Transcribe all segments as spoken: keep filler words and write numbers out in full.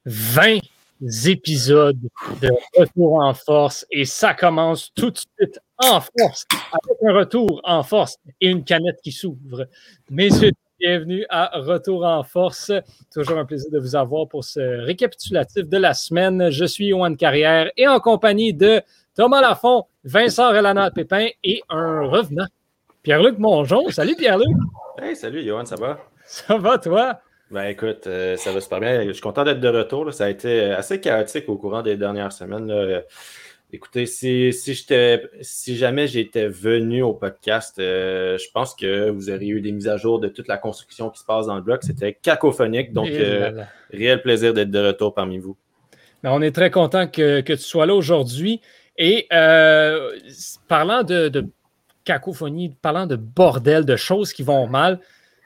vingt épisodes de Retour en force et ça commence tout de suite en force avec un retour en force et une canette qui s'ouvre. Messieurs, bienvenue à Retour en force. Toujours un plaisir de vous avoir pour ce récapitulatif de la semaine. Je suis Yoann Carrière et en compagnie de Thomas Lafont, Vincent Relana-Pépin et un revenant, Pierre-Luc Mongeon. Salut Pierre-Luc! Hey, salut Yoann, ça va? Ça va toi? Ben écoute, euh, ça va super bien. Je suis content d'être de retour. Là. Ça a été assez chaotique au courant des dernières semaines. Là. Écoutez, si, si, j'étais, si jamais j'étais venu au podcast, euh, je pense que vous auriez eu des mises à jour de toute la construction qui se passe dans le bloc. C'était cacophonique, donc euh, réel plaisir d'être de retour parmi vous. Ben, on est très content que, que tu sois là aujourd'hui. Et euh, parlant de, de cacophonie, parlant de bordel, de choses qui vont mal,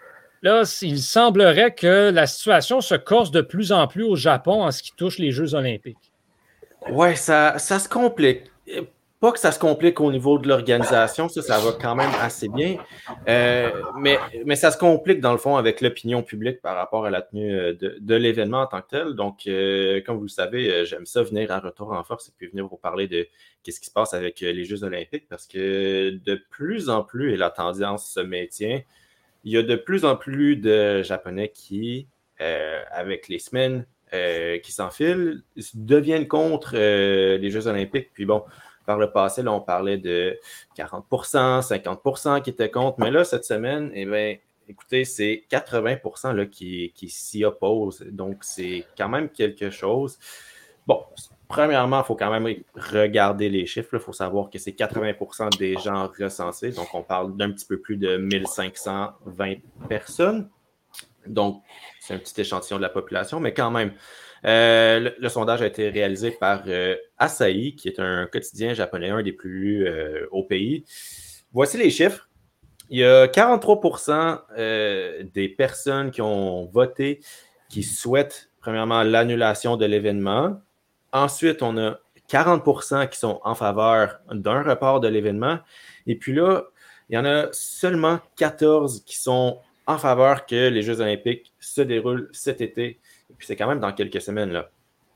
là, il semblerait que la situation se corse de plus en plus au Japon en ce qui touche les Jeux olympiques. Ouais, ça, ça se complique. Pas que ça se complique au niveau de l'organisation, ça, ça va quand même assez bien. Euh, mais, mais ça se complique dans le fond avec l'opinion publique par rapport à la tenue de, de l'événement en tant que tel. Donc, euh, comme vous le savez, j'aime ça venir à Retour en force et puis venir vous parler de qu'est-ce qui se passe avec les Jeux olympiques parce que de plus en plus, et la tendance se maintient, il y a de plus en plus de Japonais qui, euh, avec les semaines euh, qui s'enfilent, deviennent contre euh, les Jeux olympiques. Puis bon, par le passé, là, on parlait de quarante pour cent, cinquante pour cent qui étaient contre. Mais là, cette semaine, eh bien, écoutez, c'est quatre-vingts pour cent là, qui, qui s'y opposent. Donc, c'est quand même quelque chose. Bon, premièrement, il faut quand même regarder les chiffres. Il faut savoir que c'est quatre-vingts pour cent des gens recensés. Donc, on parle d'un petit peu plus de mille cinq cent vingt personnes. Donc, c'est un petit échantillon de la population, mais quand même. Euh, le, le sondage a été réalisé par euh, Asahi, qui est un quotidien japonais, un des plus lus euh, au pays. Voici les chiffres. Il y a quarante-trois pour cent euh, des personnes qui ont voté qui souhaitent, premièrement, l'annulation de l'événement. Ensuite, on a quarante pour cent qui sont en faveur d'un report de l'événement. Et puis là, il y en a seulement quatorze qui sont en faveur que les Jeux olympiques se déroulent cet été. Et puis, c'est quand même dans quelques semaines, là.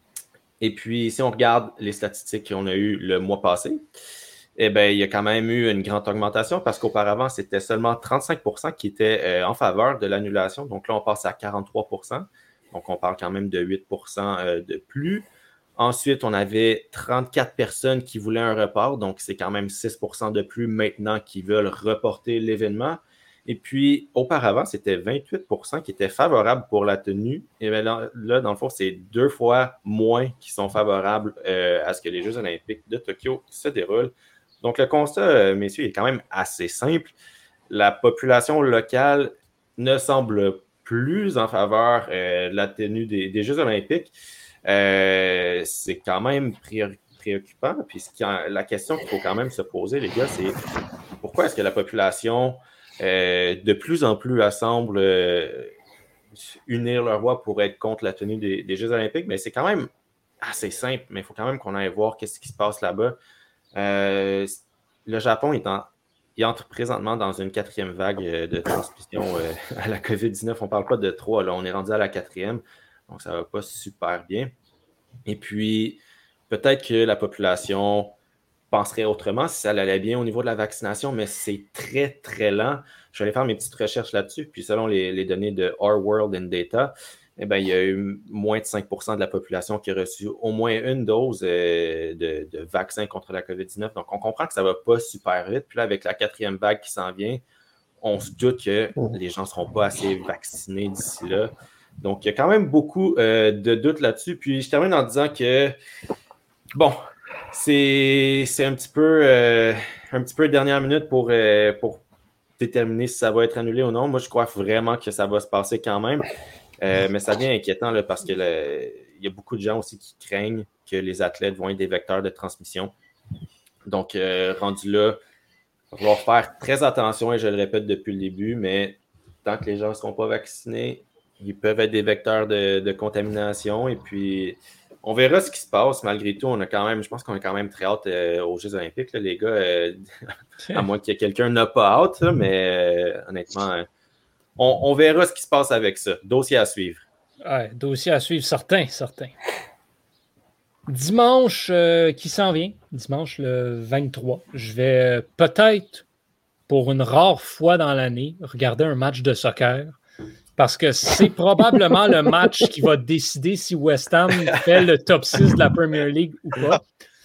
Et puis, si on regarde les statistiques qu'on a eues le mois passé, eh bien, il y a quand même eu une grande augmentation parce qu'auparavant, c'était seulement trente-cinq pour cent qui étaient euh, en faveur de l'annulation. Donc là, on passe à quarante-trois pour cent. Donc, on parle quand même de huit pour cent euh, de plus. Ensuite, on avait trente-quatre personnes qui voulaient un report, donc c'est quand même six pour cent de plus maintenant qui veulent reporter l'événement. Et puis, auparavant, c'était vingt-huit pour cent qui étaient favorables pour la tenue. Et bien là, là, dans le fond, c'est deux fois moins qui sont favorables euh, à ce que les Jeux olympiques de Tokyo se déroulent. Donc, le constat, euh, messieurs, est quand même assez simple. La population locale ne semble plus en faveur euh, de la tenue des, des Jeux olympiques. Euh, c'est quand même pré- préoccupant. Puis ce qui a, la question qu'il faut quand même se poser, les gars, c'est pourquoi est-ce que la population euh, de plus en plus elle semble euh, unir leur voix pour être contre la tenue des, des Jeux olympiques? Mais c'est quand même assez simple, mais il faut quand même qu'on aille voir qu'est-ce qui se passe là-bas. Euh, le Japon est en, il entre présentement dans une quatrième vague de transmission euh, à la covid dix-neuf. On ne parle pas de trois, là, on est rendu à la quatrième. Donc, ça ne va pas super bien. Et puis, peut-être que la population penserait autrement si ça allait bien au niveau de la vaccination, mais c'est très, très lent. Je vais aller faire mes petites recherches là-dessus. Puis, selon les, les données de Our World in Data, eh bien, il y a eu moins de cinq pour cent de la population qui a reçu au moins une dose euh, de, de vaccin contre la covid dix-neuf. Donc, on comprend que ça ne va pas super vite. Puis là, avec la quatrième vague qui s'en vient, on se doute que les gens ne seront pas assez vaccinés d'ici là. Donc, il y a quand même beaucoup euh, de doutes là-dessus. Puis, je termine en disant que, bon, c'est, c'est un petit peu euh, un petit peu dernière minute pour, euh, pour déterminer si ça va être annulé ou non. Moi, je crois vraiment que ça va se passer quand même. Euh, mais ça devient inquiétant là, parce qu'il y a beaucoup de gens aussi qui craignent que les athlètes vont être des vecteurs de transmission. Donc, euh, rendu là, il va falloir faire très attention, et je le répète depuis le début, mais tant que les gens ne seront pas vaccinés, ils peuvent être des vecteurs de, de contamination. Et puis, on verra ce qui se passe. Malgré tout, on a quand même, je pense qu'on a quand même très hâte euh, aux Jeux olympiques, là, les gars. Euh, à moins que quelqu'un n'a pas hâte, là, mais euh, honnêtement, euh, on, on verra ce qui se passe avec ça. Dossier à suivre. Ouais, dossier à suivre, certain, certain. Dimanche euh, qui s'en vient, dimanche le vingt-trois, je vais euh, peut-être, pour une rare fois dans l'année, regarder un match de soccer. Parce que c'est probablement le match qui va décider si West Ham fait le top six de la Premier League ou pas.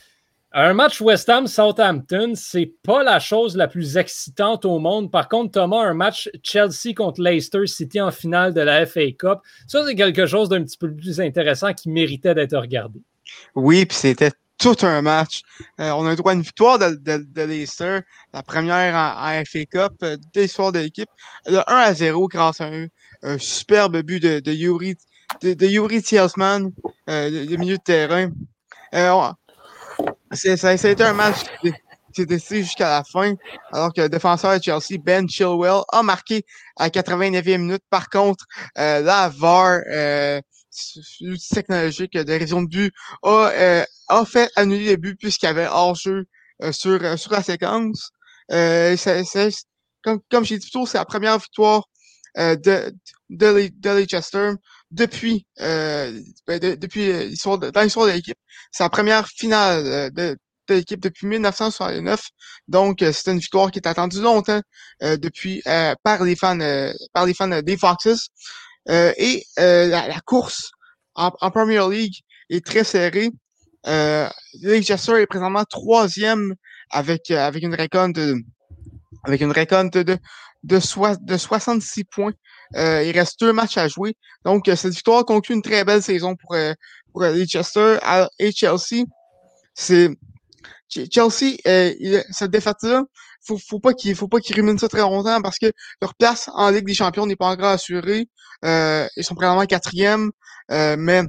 Un match West Ham-Southampton, c'est pas la chose la plus excitante au monde. Par contre, Thomas, un match Chelsea contre Leicester City en finale de la F A Cup, ça, c'est quelque chose d'un petit peu plus intéressant qui méritait d'être regardé. Oui, puis c'était tout un match. Euh, on a eu droit à une victoire de, de, de Leicester, la première en, en F A Cup euh, de l'histoire de l'équipe. De un à zéro grâce à un, un superbe but de, de Yuri, de, de Yuri Tielemans, euh, le, le milieu de terrain. Euh, on, c'est, ça, ça a été un match qui s'est décidé jusqu'à la fin, alors que le défenseur de Chelsea, Ben Chilwell, a marqué à la quatre-vingt-neuvième minute. Par contre, euh, la V A R, euh, l'outil technologique de révision de but, a, euh, a fait annuler le but puisqu'il y avait hors-jeu euh, sur, euh, sur la séquence. Euh, c'est, c'est, comme, comme j'ai dit plus tôt, c'est la première victoire euh, de, de, de Leicester depuis, euh, de, depuis l'histoire de, dans l'histoire de l'équipe. C'est la première finale euh, de, de l'équipe depuis mille neuf cent soixante-neuf. Donc, euh, c'est une victoire qui est attendue longtemps euh, depuis euh, par les fans euh, par les fans des Foxes. Euh, et euh, la, la course en, en Premier League est très serrée. Euh, Leicester est présentement troisième avec euh, avec une récolte de avec une récolte de de, so- de soixante-six points. Euh, il reste deux matchs à jouer. Donc, euh, cette victoire conclut une très belle saison pour euh, pour Leicester et Chelsea. C'est Chelsea, euh, il, cette défaite-là, faut, faut pas qu'il faut pas qu'ils ruminent ça très longtemps parce que leur place en Ligue des Champions n'est pas encore assurée. Euh, ils sont probablement quatrième, euh, mais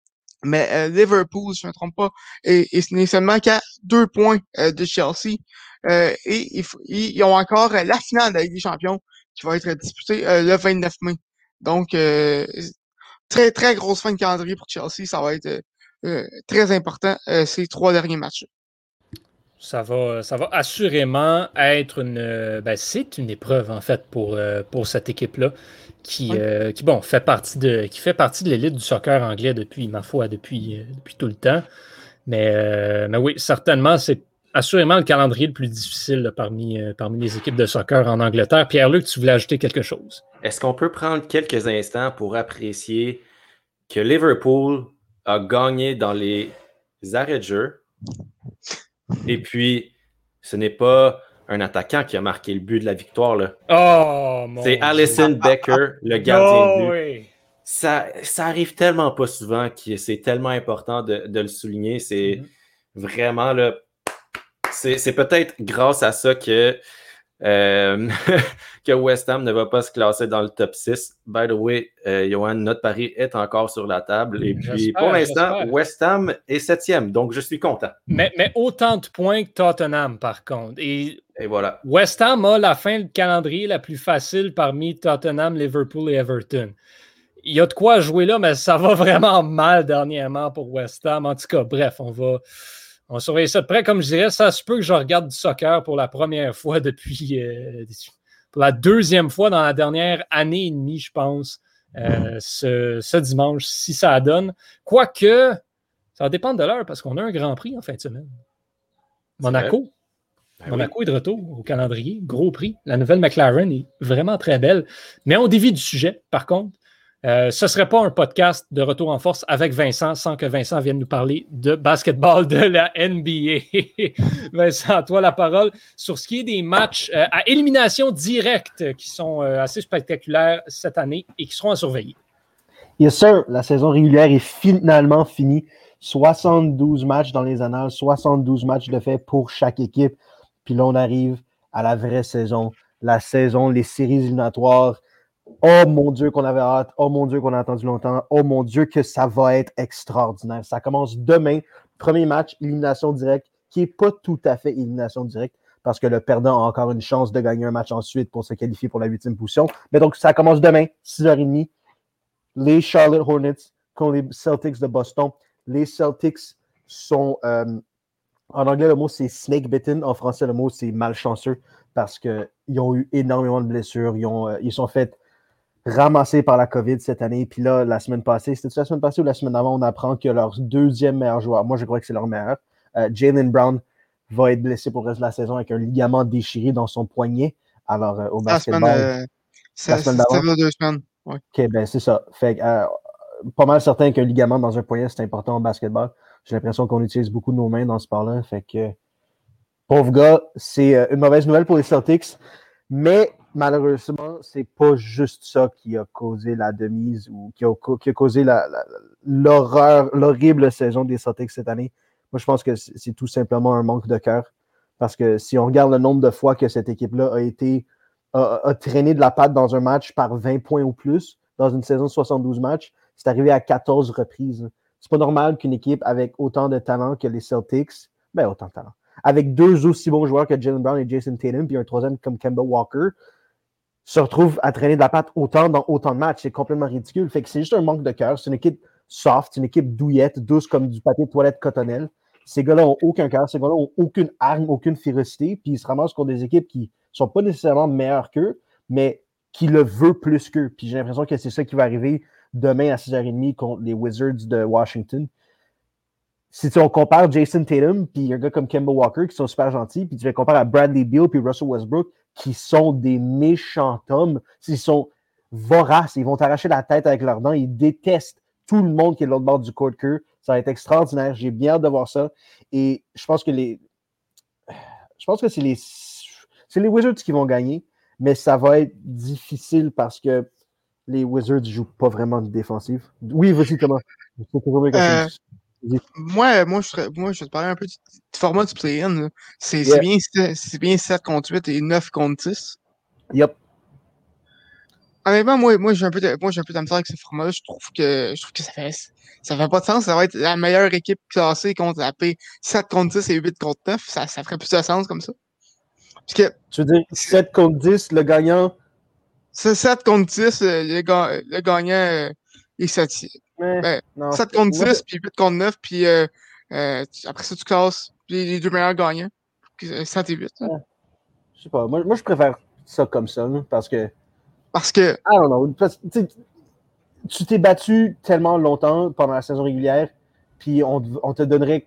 mais euh, Liverpool, si je ne me trompe pas, et, et ce n'est seulement qu'à deux points euh, de Chelsea. Euh, et ils, ils ont encore euh, la finale de la Ligue des Champions qui va être disputée euh, le vingt-neuf mai. Donc, euh, très, très grosse fin de calendrier pour Chelsea. Ça va être euh, très important euh, ces trois derniers matchs. Ça va, ça va assurément être une. Ben, c'est une épreuve, en fait, pour, euh, pour cette équipe-là, qui, Oui. euh, qui, bon, fait partie de, qui fait partie de l'élite du soccer anglais depuis, ma foi, depuis, depuis tout le temps. Mais, euh, mais oui, certainement, c'est assurément le calendrier le plus difficile là, parmi, euh, parmi les équipes de soccer en Angleterre. Pierre-Luc, tu voulais ajouter quelque chose? Est-ce qu'on peut prendre quelques instants pour apprécier que Liverpool a gagné dans les arrêts de jeu? Et puis, ce n'est pas un attaquant qui a marqué le but de la victoire, là. Oh, mon C'est Dieu. Alisson Becker, le gardien de but. Oh, oui. Ça, ça arrive tellement pas souvent que c'est tellement important de, de le souligner. C'est mm-hmm. vraiment là. C'est, c'est peut-être grâce à ça que, euh, que West Ham ne va pas se classer dans le top six. By the way, euh, Johan, notre pari est encore sur la table. Et puis, j'espère, pour l'instant, j'espère. West Ham est septième. Donc, je suis content. Mais, mais autant de points que Tottenham, par contre. Et, et voilà. West Ham a la fin de calendrier la plus facile parmi Tottenham, Liverpool et Everton. Il y a de quoi jouer là, mais ça va vraiment mal dernièrement pour West Ham. En tout cas, bref, on va, on va surveiller ça de près. Comme je dirais, ça se peut que je regarde du soccer pour la première fois depuis... Euh, pour la deuxième fois dans la dernière année et demie, je pense, euh, ce, ce dimanche, si ça donne. Quoique, ça va dépendre de l'heure parce qu'on a un Grand Prix en fin de semaine. Monaco. Ben Monaco oui. est de retour au calendrier. Gros prix. La nouvelle McLaren est vraiment très belle. Mais on dévie du sujet, par contre. Euh, ce ne serait pas un podcast de retour en force avec Vincent sans que Vincent vienne nous parler de basketball de la N B A. Vincent, à toi la parole sur ce qui est des matchs euh, à élimination directe qui sont euh, assez spectaculaires cette année et qui seront à surveiller. Yes, sir. La saison régulière est finalement finie. soixante-douze matchs dans les annales, soixante-douze matchs de fait pour chaque équipe. Puis là, on arrive à la vraie saison. La saison, les séries éliminatoires. Oh mon Dieu qu'on avait hâte. Oh mon Dieu qu'on a attendu longtemps. Oh mon Dieu que ça va être extraordinaire. Ça commence demain. Premier match, élimination directe, qui n'est pas tout à fait élimination directe parce que le perdant a encore une chance de gagner un match ensuite pour se qualifier pour la huitième position. Mais donc, ça commence demain, six heures trente. Les Charlotte Hornets contre les Celtics de Boston. Les Celtics sont... Euh, en anglais, le mot, c'est snake-bitten. En français, le mot, c'est malchanceux parce qu'ils ont eu énormément de blessures. Ils, ont, euh, ils sont fait ramassés par la COVID cette année. Puis là, la semaine passée, c'était la semaine passée ou la semaine d'avant, on apprend que leur deuxième meilleur joueur, moi je crois que c'est leur meilleur, euh, Jaylen Brown, va être blessé pour le reste de la saison avec un ligament déchiré dans son poignet. Alors, euh, au basketball. La semaine, euh, la semaine d'avant. Ça deux semaines. Ouais. OK, ben c'est ça. Fait euh, pas mal certain qu'un ligament dans un poignet, c'est important au basketball. J'ai l'impression qu'on utilise beaucoup nos mains dans ce sport-là. Fait que, pauvre gars, c'est euh, une mauvaise nouvelle pour les Celtics. Mais malheureusement, c'est pas juste ça qui a causé la demise ou qui a, qui a causé la, la, l'horreur, l'horrible saison des Celtics cette année. Moi, je pense que c'est, c'est tout simplement un manque de cœur. Parce que si on regarde le nombre de fois que cette équipe-là a été a, a traîné de la patte dans un match par vingt points ou plus, dans une saison de soixante-douze matchs, c'est arrivé à quatorze reprises. C'est pas normal qu'une équipe avec autant de talent que les Celtics, ben autant de talent, avec deux aussi bons joueurs que Jaylen Brown et Jason Tatum, puis un troisième comme Kemba Walker, se retrouve à traîner de la patte autant dans autant de matchs. C'est complètement ridicule. Fait que c'est juste un manque de cœur. C'est une équipe soft, c'est une équipe douillette, douce comme du papier de toilette cotonnelle. Ces gars-là n'ont aucun cœur, ces gars-là n'ont aucune arme, aucune férocité, puis ils se ramassent contre des équipes qui ne sont pas nécessairement meilleures qu'eux, mais qui le veulent plus qu'eux. Puis j'ai l'impression que c'est ça qui va arriver demain à six heures trente contre les Wizards de Washington. Si on compare Jason Tatum puis un gars comme Kemba Walker qui sont super gentils, puis tu les compares à Bradley Beal puis Russell Westbrook qui sont des méchants hommes, ils sont voraces, ils vont t'arracher la tête avec leurs dents, ils détestent tout le monde qui est de l'autre bord du court queue. Ça va être extraordinaire, j'ai bien hâte de voir ça. Et je pense que les je pense que c'est les c'est les Wizards qui vont gagner, mais ça va être difficile parce que les Wizards ne jouent pas vraiment de défensive. Oui, vas-y, Thomas. Euh, moi, moi, je, moi, je vais te parler un peu du, du format du play-in. C'est, yeah. c'est, bien, c'est bien sept contre huit et neuf contre dix. Yep. Honnêtement, moi, moi, j'ai un peu de, moi, j'ai un peu de misère avec ce format-là. Je trouve que, je trouve que ça fait, ça fait pas de sens. Ça va être la meilleure équipe classée contre la P sept contre dix et huit contre neuf. Ça, ça ferait plus de sens comme ça. Parce que, tu veux dire sept contre dix, le gagnant? C'est sept contre dix, le, ga- le gagnant euh, est sept. Mais, ben, non, sept contre moi, dix, puis huit contre neuf, puis euh, euh, après ça, tu classes les, les deux meilleurs gagnants. sept et huit. Hein. Je sais pas. Moi, moi, je préfère ça comme ça, là, parce que. Parce que. I don't know. Parce, tu t'es battu tellement longtemps pendant la saison régulière, puis on, on te donnerait.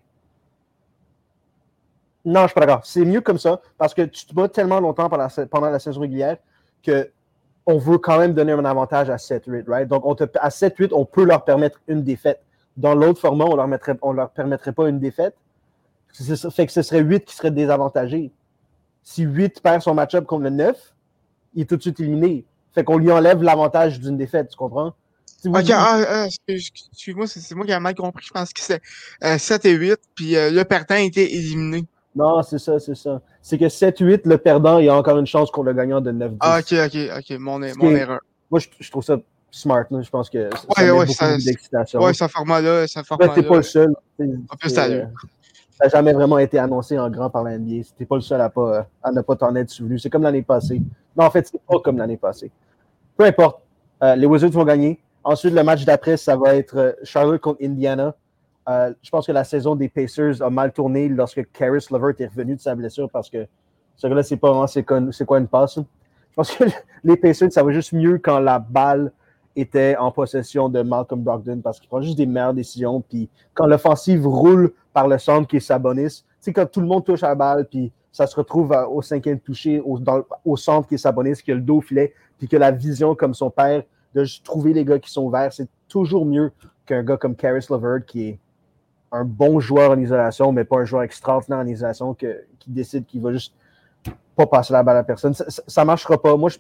Non, je suis pas d'accord. C'est mieux comme ça, parce que tu te bats tellement longtemps pendant la, pendant la saison régulière que. On veut quand même donner un avantage à sept huit, right? Donc, on te, à sept huit, on peut leur permettre une défaite. Dans l'autre format, on leur mettrait, on leur permettrait pas une défaite. C'est, ça fait que ce serait huit qui serait désavantagé. Si huit perd son match-up contre le neuf, il est tout de suite éliminé. Fait qu'on lui enlève l'avantage d'une défaite, tu comprends? Si Ok, ah, ah, excuse-moi, c'est, c'est moi qui ai mal compris. Je pense que c'était euh, sept et huit, puis euh, le perdant était éliminé. Non, c'est ça, c'est ça. C'est que sept huit, le perdant, il y a encore une chance contre le gagnant de neuf dix. Ah, ok, ok, ok, mon, mon est, erreur. Moi, je, je trouve ça smart. Là. Je pense que ça, ouais, ça met ouais, beaucoup ça, d'excitation. Ouais, ce format-là, ce format-là. T'es pas le seul. En plus, ça euh, ça n'a jamais vraiment été annoncé en grand par la N B A. T'es pas le seul à, pas, à ne pas t'en être souvenu. C'est comme l'année passée. Non, en fait, c'est pas comme l'année passée. Peu importe. Euh, les Wizards vont gagner. Ensuite, le match d'après, ça va être Charlotte contre Indiana. Euh, je pense que la saison des Pacers a mal tourné lorsque Caris LeVert est revenu de sa blessure parce que ce gars-là, c'est pas vraiment c'est quoi, c'est quoi une passe. Hein? Je pense que les Pacers, ça va juste mieux quand la balle était en possession de Malcolm Brogdon parce qu'il prend juste des meilleures décisions. Puis quand l'offensive roule par le centre qui est Sabonis, tu sais, quand tout le monde touche à la balle, puis ça se retrouve à, au cinquième touché, au, dans, au centre qui est Sabonis, qui a le dos au filet, puis que la vision comme son père de juste trouver les gars qui sont ouverts, c'est toujours mieux qu'un gars comme Caris LeVert qui est un bon joueur en isolation, mais pas un joueur extraordinaire en isolation que, qui décide qu'il va juste pas passer la balle à personne. Ça, ça, ça marchera pas. Moi, je,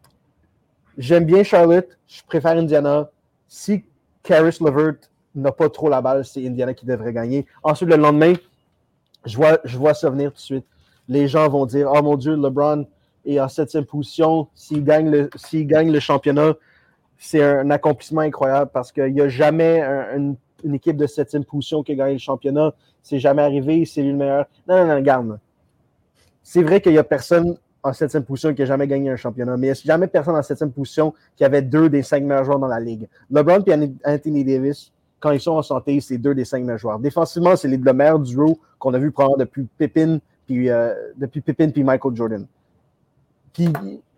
j'aime bien Charlotte. Je préfère Indiana. Si Caris LeVert n'a pas trop la balle, c'est Indiana qui devrait gagner. Ensuite, le lendemain, je vois, je vois ça venir tout de suite. Les gens vont dire « Oh mon Dieu, LeBron est en septième position. S'il gagne le, s'il gagne le championnat, c'est un accomplissement incroyable parce qu'il n'y a jamais un, une une équipe de septième position qui a gagné le championnat. C'est jamais arrivé, c'est lui le meilleur. Non, non, non, regarde. C'est vrai qu'il n'y a personne en septième position qui n'a jamais gagné un championnat, mais il n'y a jamais personne en septième position qui avait deux des cinq meilleurs joueurs dans la ligue. LeBron et Anthony Davis, quand ils sont en santé, c'est deux des cinq meilleurs joueurs. Défensivement, c'est les, le meilleur duo qu'on a vu prendre depuis Pippen puis, euh, depuis Pippen puis Michael Jordan. Puis,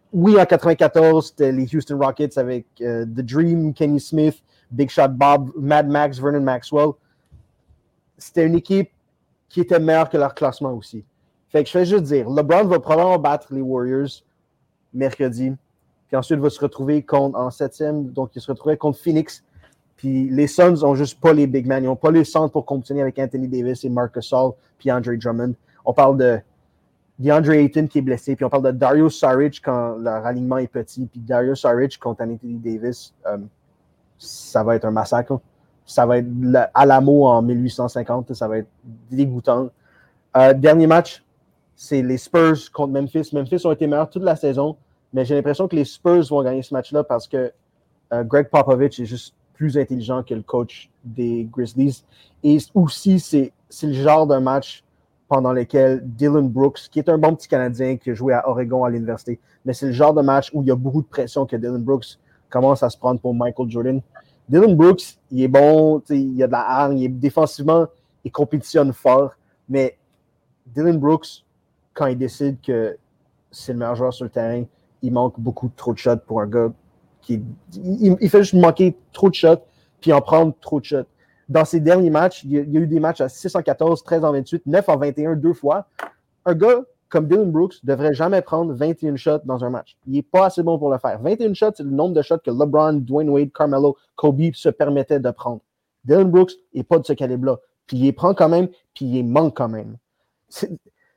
oui, en quatre-vingt-quatorze, c'était les Houston Rockets avec euh, The Dream, Kenny Smith, Big Shot Bob, Mad Max, Vernon Maxwell. C'était une équipe qui était meilleure que leur classement aussi. Fait que je fais juste dire, LeBron va probablement battre les Warriors mercredi, puis ensuite va se retrouver contre, en septième, donc il se retrouvait contre Phoenix. Puis les Suns ont juste pas les big men, ils n'ont pas les centres pour compétitionner avec Anthony Davis et Marc Gasol, puis Andre Drummond. On parle de DeAndre Ayton qui est blessé, puis on parle de Dario Saric quand leur alignement est petit, puis Dario Saric contre Anthony Davis, euh, ça va être un massacre. Ça va être à Alamo en mille huit cent cinquante, ça va être dégoûtant. Euh, dernier match, c'est les Spurs contre Memphis. Memphis ont été meilleurs toute la saison, mais j'ai l'impression que les Spurs vont gagner ce match-là parce que euh, Greg Popovich est juste plus intelligent que le coach des Grizzlies. Et aussi, c'est, c'est le genre de match pendant lequel Dylan Brooks, qui est un bon petit Canadien qui a joué à Oregon à l'université, mais c'est le genre de match où il y a beaucoup de pression que Dylan Brooks commence à se prendre pour Michael Jordan. Dylan Brooks, il est bon, il a de la hargne, il est défensivement, il compétitionne fort, mais Dylan Brooks, quand il décide que c'est le meilleur joueur sur le terrain, il manque beaucoup trop de shots pour un gars qui... Il, il fait juste manquer trop de shots, puis en prendre trop de shots. Dans ses derniers matchs, il y a, il y a eu des matchs à six en quatorze, treize en vingt-huit, neuf en vingt et un deux fois. Un gars comme Dylan Brooks ne devrait jamais prendre vingt et un shots dans un match. Il n'est pas assez bon pour le faire. vingt et un shots, c'est le nombre de shots que LeBron, Dwayne Wade, Carmelo, Kobe se permettaient de prendre. Dylan Brooks n'est pas de ce calibre-là. Puis il les prend quand même, puis il les manque quand même. C'est...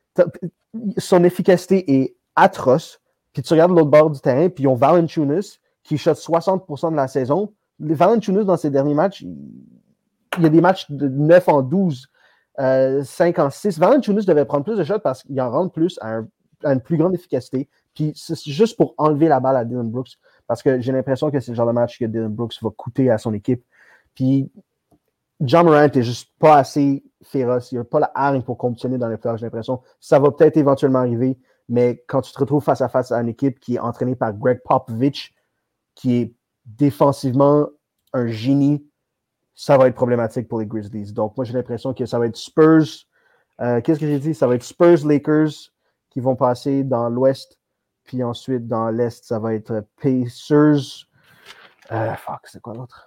Son efficacité est atroce. Puis tu regardes l'autre bord du terrain, puis ils ont Valanciunas qui shot soixante pour cent de la saison. Les Valanciunas, dans ses derniers matchs, il y a des matchs de neuf en douze, euh, cinq en six. Valanciunas devait prendre plus de shots parce qu'il en rentre plus à, un, à une plus grande efficacité. Puis c'est juste pour enlever la balle à Dylan Brooks parce que j'ai l'impression que c'est le genre de match que Dylan Brooks va coûter à son équipe. Puis Ja Morant n'est juste pas assez féroce. Il n'a pas la hargne pour compétitionner dans les playoffs, j'ai l'impression. Ça va peut-être éventuellement arriver, mais quand tu te retrouves face à face à une équipe qui est entraînée par Greg Popovich, qui est défensivement un génie, ça va être problématique pour les Grizzlies. Donc, moi, j'ai l'impression que ça va être Spurs. Euh, qu'est-ce que j'ai dit? Ça va être Spurs-Lakers qui vont passer dans l'Ouest. Puis ensuite, dans l'Est, ça va être Pacers. Euh, fuck, c'est quoi l'autre?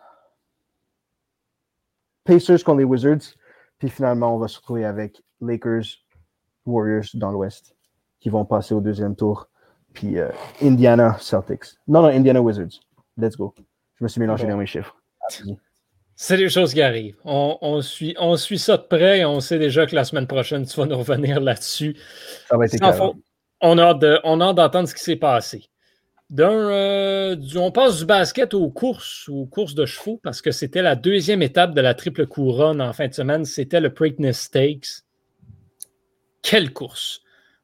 Pacers contre les Wizards. Puis finalement, on va se retrouver avec Lakers, Warriors dans l'Ouest qui vont passer au deuxième tour. Puis euh, Indiana, Celtics. Non, non, Indiana Wizards. Let's go. Je me suis mélangé bon. dans mes chiffres. C'est des choses qui arrivent. On, on, suit, on suit ça de près et on sait déjà que la semaine prochaine, tu vas nous revenir là-dessus. Ça va être éclairant. On a hâte de, on a hâte d'entendre ce qui s'est passé. D'un, euh, du, on passe du basket aux courses, aux courses de chevaux, parce que c'était la deuxième étape de la triple couronne en fin de semaine. C'était le Preakness Stakes. Quelle course!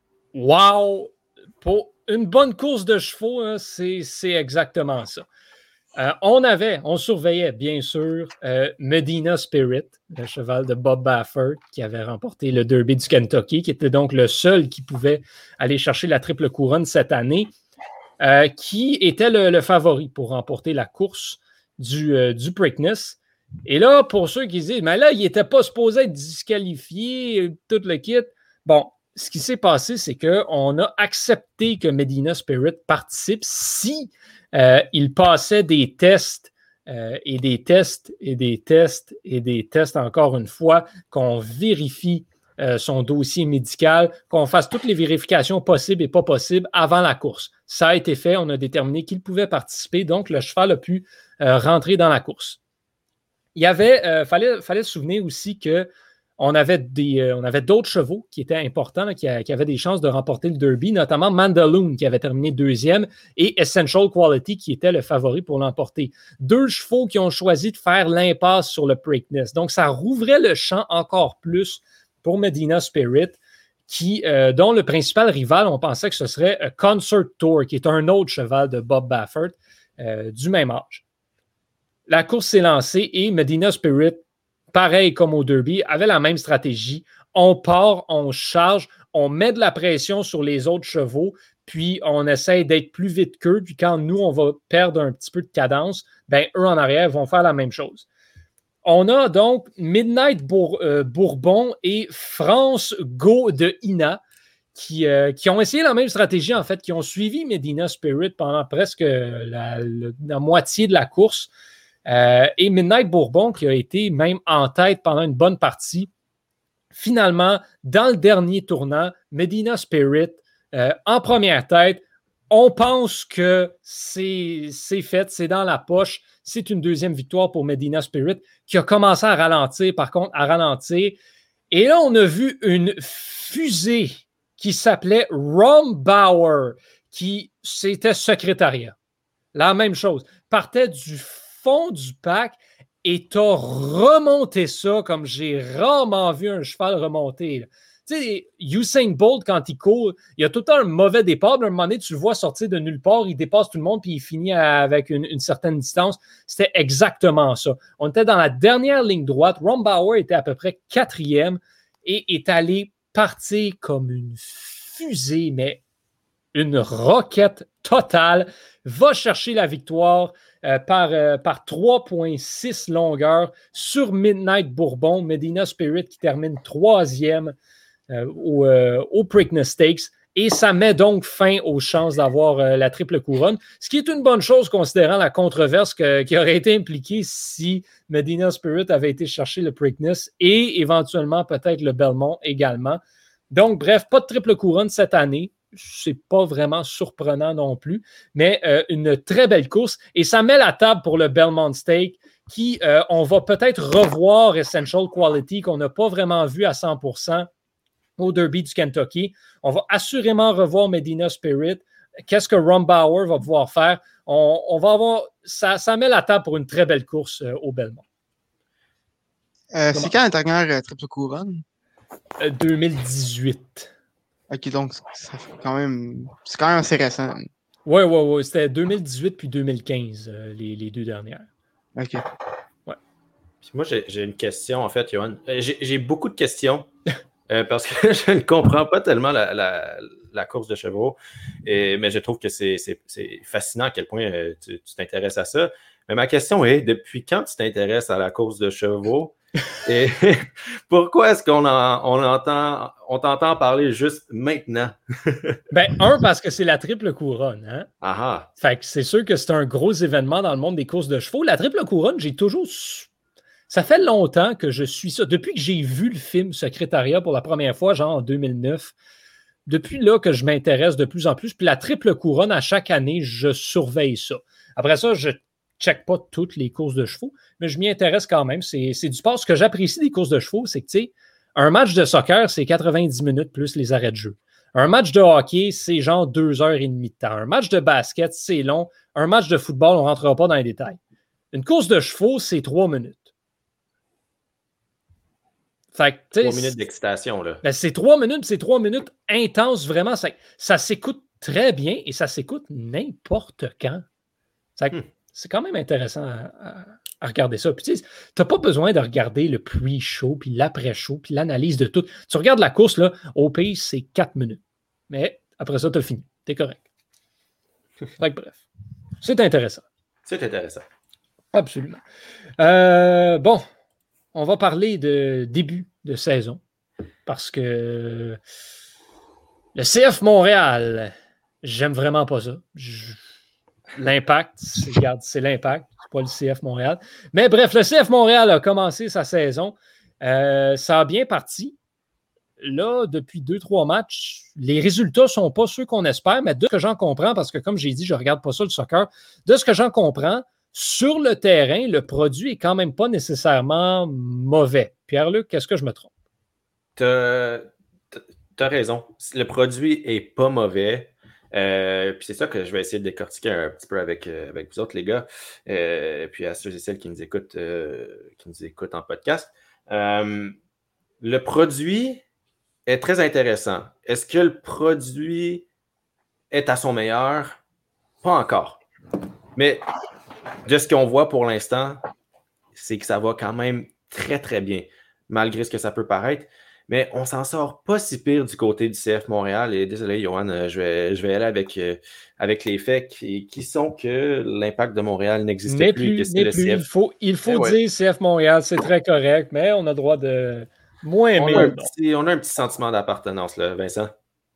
Wow! Pour une bonne course de chevaux, hein, c'est, c'est exactement ça. Euh, on avait, on surveillait bien sûr euh, Medina Spirit, le cheval de Bob Baffert qui avait remporté le Derby du Kentucky, qui était donc le seul qui pouvait aller chercher la triple couronne cette année, euh, qui était le, le favori pour remporter la course du, euh, du Preakness. Et là, pour ceux qui disent, mais là, il n'était pas supposé être disqualifié, tout le kit. Bon, ce qui s'est passé, c'est qu'on a accepté que Medina Spirit participe si Euh, il passait des tests euh, et des tests et des tests et des tests encore une fois, qu'on vérifie euh, son dossier médical, qu'on fasse toutes les vérifications possibles et pas possibles avant la course. Ça a été fait, on a déterminé qu'il pouvait participer, donc le cheval a pu euh, rentrer dans la course. Il y avait, euh, fallait, fallait se souvenir aussi que On avait, des, euh, on avait d'autres chevaux qui étaient importants, là, qui, a, qui avaient des chances de remporter le Derby, notamment Mandaloon qui avait terminé deuxième et Essential Quality qui était le favori pour l'emporter. Deux chevaux qui ont choisi de faire l'impasse sur le Preakness. Donc, ça rouvrait le champ encore plus pour Medina Spirit, qui, euh, dont le principal rival, on pensait que ce serait uh, Concert Tour, qui est un autre cheval de Bob Baffert euh, du même âge. La course s'est lancée et Medina Spirit, pareil comme au Derby, avait la même stratégie. On part, on charge, on met de la pression sur les autres chevaux, puis on essaye d'être plus vite qu'eux, puis quand nous, on va perdre un petit peu de cadence, ben eux en arrière vont faire la même chose. On a donc Midnight Bour- euh, Bourbon et France Go de Ina qui, euh, qui ont essayé la même stratégie, en fait, qui ont suivi Medina Spirit pendant presque la, la, la moitié de la course. Euh, et Midnight Bourbon, qui a été même en tête pendant une bonne partie. Finalement, dans le dernier tournant, Medina Spirit, euh, en première tête, on pense que c'est, c'est fait, c'est dans la poche. C'est une deuxième victoire pour Medina Spirit, qui a commencé à ralentir, par contre, à ralentir. Et là, on a vu une fusée qui s'appelait Rombauer, qui c'était secrétariat. La même chose. Partait du fond du pack et t'as remonté ça comme j'ai rarement vu un cheval remonter. Là. Tu sais, Usain Bolt, quand il court, il a tout le temps un mauvais départ. À un moment donné, tu le vois sortir de nulle part, il dépasse tout le monde, puis il finit avec une, une certaine distance. C'était exactement ça. On était dans la dernière ligne droite. Rombauer était à peu près quatrième et est allé partir comme une fusée, mais une roquette totale. Va chercher la victoire euh, par, euh, par trois virgule six longueurs sur Midnight Bourbon. Medina Spirit qui termine troisième euh, au, euh, au Preakness Stakes. Et ça met donc fin aux chances d'avoir euh, la triple couronne, ce qui est une bonne chose considérant la controverse que, qui aurait été impliquée si Medina Spirit avait été chercher le Preakness et éventuellement peut-être le Belmont également. Donc, bref, pas de triple couronne cette année. C'est pas vraiment surprenant non plus, mais euh, une très belle course. Et ça met la table pour le Belmont Stake qui, euh, on va peut-être revoir Essential Quality qu'on n'a pas vraiment vu à cent pour cent au Derby du Kentucky. On va assurément revoir Medina Spirit. Qu'est-ce que Rombauer va pouvoir faire? On, on va avoir, ça, ça met la table pour une très belle course euh, au Belmont. Euh, c'est quand la dernière euh, triple couronne? Euh, deux mille dix-huit. Ok, donc ça fait quand même, c'est quand même assez récent. Oui, oui, oui. C'était deux mille dix-huit puis deux mille quinze, euh, les, les deux dernières. Ok. Ouais. Puis moi, j'ai, j'ai une question, en fait, Johan. J'ai, j'ai beaucoup de questions euh, parce que je ne comprends pas tellement la, la, la course de chevaux, et, mais je trouve que c'est, c'est, c'est fascinant à quel point euh, tu, tu t'intéresses à ça. Mais ma question est, depuis quand tu t'intéresses à la course de chevaux? Et pourquoi est-ce qu'on en, on entend, on t'entend parler juste maintenant? Ben, un, parce que c'est la triple couronne. Hein? Ah Fait que c'est sûr que c'est un gros événement dans le monde des courses de chevaux. La triple couronne, j'ai toujours... Ça fait longtemps que je suis ça. Depuis que j'ai vu le film Secrétariat pour la première fois, genre en deux mille neuf, depuis là que je m'intéresse de plus en plus. Puis la triple couronne, à chaque année, je surveille ça. Après ça, je check pas toutes les courses de chevaux, mais je m'y intéresse quand même. C'est, c'est du sport. Ce que j'apprécie des courses de chevaux, c'est que, tu sais, un match de soccer, c'est quatre-vingt-dix minutes plus les arrêts de jeu. Un match de hockey, c'est genre deux heures et demie de temps. Un match de basket, c'est long. Un match de football, on ne rentrera pas dans les détails. Une course de chevaux, c'est trois minutes. Fait que, trois minutes d'excitation, là. Ben, c'est trois minutes, c'est trois minutes intenses, vraiment. Ça, ça s'écoute très bien et ça s'écoute n'importe quand. Ça, hmm. C'est quand même intéressant à, à, à regarder ça. Puis, tu sais, tu n'as pas besoin de regarder le pre-show, puis l'après-show, puis l'analyse de tout. Tu regardes la course, là, au pays, c'est quatre minutes. Mais après ça, tu as fini. Tu es correct. Fait que, bref, c'est intéressant. C'est intéressant. Absolument. Euh, bon, on va parler de début de saison parce que le C F Montréal, j'aime vraiment pas ça. Je... L'impact, c'est, regarde, c'est l'impact, c'est pas le C F Montréal. Mais bref, le C F Montréal a commencé sa saison. Euh, ça a bien parti. Là, depuis deux, trois matchs, les résultats ne sont pas ceux qu'on espère, mais de ce que j'en comprends, parce que comme j'ai dit, je ne regarde pas ça le soccer, de ce que j'en comprends, sur le terrain, le produit est quand même pas nécessairement mauvais. Pierre-Luc, qu'est-ce que je me trompe? Tu as raison. Le produit n'est pas mauvais. Euh, puis c'est ça que je vais essayer de décortiquer un petit peu avec, euh, avec vous autres, les gars. Euh, puis à ceux et celles qui nous écoutent, euh, qui nous écoutent en podcast. Euh, le produit est très intéressant. Est-ce que le produit est à son meilleur? Pas encore. Mais de ce qu'on voit pour l'instant, c'est que ça va quand même très, très bien, malgré ce que ça peut paraître. Mais on s'en sort pas si pire du côté du C F Montréal. Et désolé, Johan, je vais, je vais aller avec, euh, avec les faits qui, qui sont que l'impact de Montréal n'existe mais plus. plus, que c'est mais le plus. C F... Il faut, il faut ouais. dire C F Montréal, c'est très correct, mais on a le droit de moins aimer. On a un petit, on a un petit sentiment d'appartenance, là, Vincent.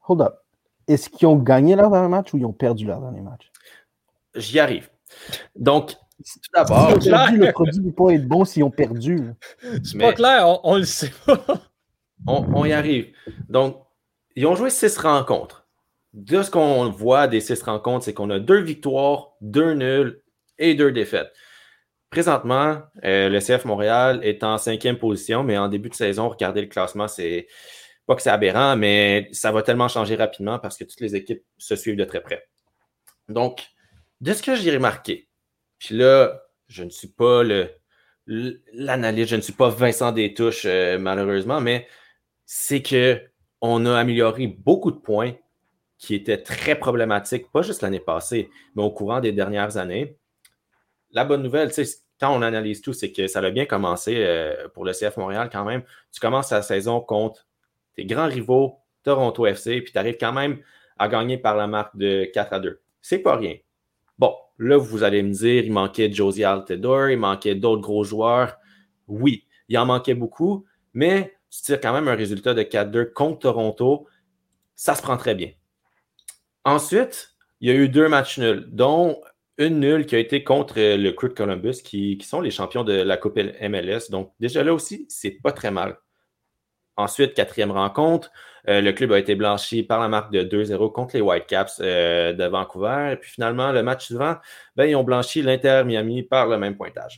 hold up. Est-ce qu'ils ont gagné leur dernier match ou ils ont perdu leur dernier match? J'y arrive. Donc, tout d'abord... Ils ont perdu, le produit ne peut pas être bon s'ils ont perdu. C'est pas clair, on, on le sait pas. on, on y arrive. Donc, ils ont joué six rencontres. De ce qu'on voit des six rencontres, c'est qu'on a deux victoires, deux nuls et deux défaites. Présentement, euh, le C F Montréal est en cinquième position, mais en début de saison, regardez le classement, c'est pas que c'est aberrant, mais ça va tellement changer rapidement parce que toutes les équipes se suivent de très près. Donc, de ce que j'ai remarqué, puis là, je ne suis pas le, l'analyste, je ne suis pas Vincent Détouche, euh, malheureusement, mais c'est qu'on a amélioré beaucoup de points qui étaient très problématiques, pas juste l'année passée, mais au courant des dernières années. La bonne nouvelle, tu sais, quand on analyse tout, c'est que ça a bien commencé euh, pour le C F Montréal quand même. Tu commences la saison contre tes grands rivaux, Toronto F C, puis tu arrives quand même à gagner par la marque de quatre à deux. C'est pas rien. Bon, là, vous allez me dire, il manquait Josie Altidore, il manquait d'autres gros joueurs. Oui, il en manquait beaucoup, mais tu tires quand même un résultat de quatre deux contre Toronto. Ça se prend très bien. Ensuite, il y a eu deux matchs nuls, dont une nulle qui a été contre le Crew de Columbus, qui, qui sont les champions de la Coupe M L S. Donc, déjà là aussi, c'est pas très mal. Ensuite, quatrième rencontre, euh, le club a été blanchi par la marque de deux zéro contre les Whitecaps euh, de Vancouver. Et puis finalement, le match suivant, ben, ils ont blanchi l'Inter Miami par le même pointage.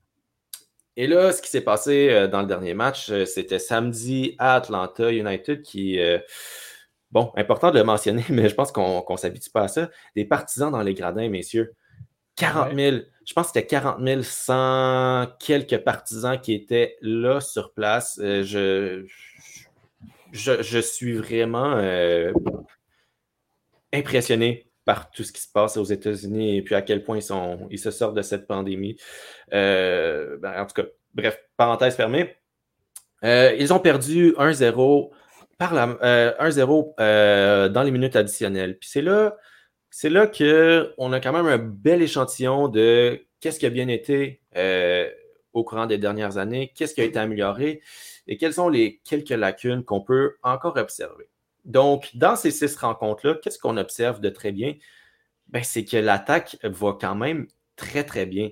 Et là, ce qui s'est passé euh, dans le dernier match, euh, c'était samedi à Atlanta United qui, euh, bon, important de le mentionner, mais je pense qu'on ne s'habitue pas à ça, des partisans dans les gradins, messieurs. quarante mille, ouais. Je pense que c'était quarante mille cent quelques partisans qui étaient là sur place. Euh, je, je, je suis vraiment euh, impressionné par tout ce qui se passe aux États-Unis et puis à quel point ils, sont, ils se sortent de cette pandémie. Euh, ben, en tout cas, bref, parenthèse fermée. Euh, ils ont perdu un zéro par la, euh, un zéro euh, dans les minutes additionnelles. Puis c'est là... C'est là qu'on a quand même un bel échantillon de qu'est-ce qui a bien été euh, au courant des dernières années, qu'est-ce qui a été amélioré et quelles sont les quelques lacunes qu'on peut encore observer. Donc, dans ces six rencontres-là, qu'est-ce qu'on observe de très bien? Ben, c'est que l'attaque va quand même très, très bien.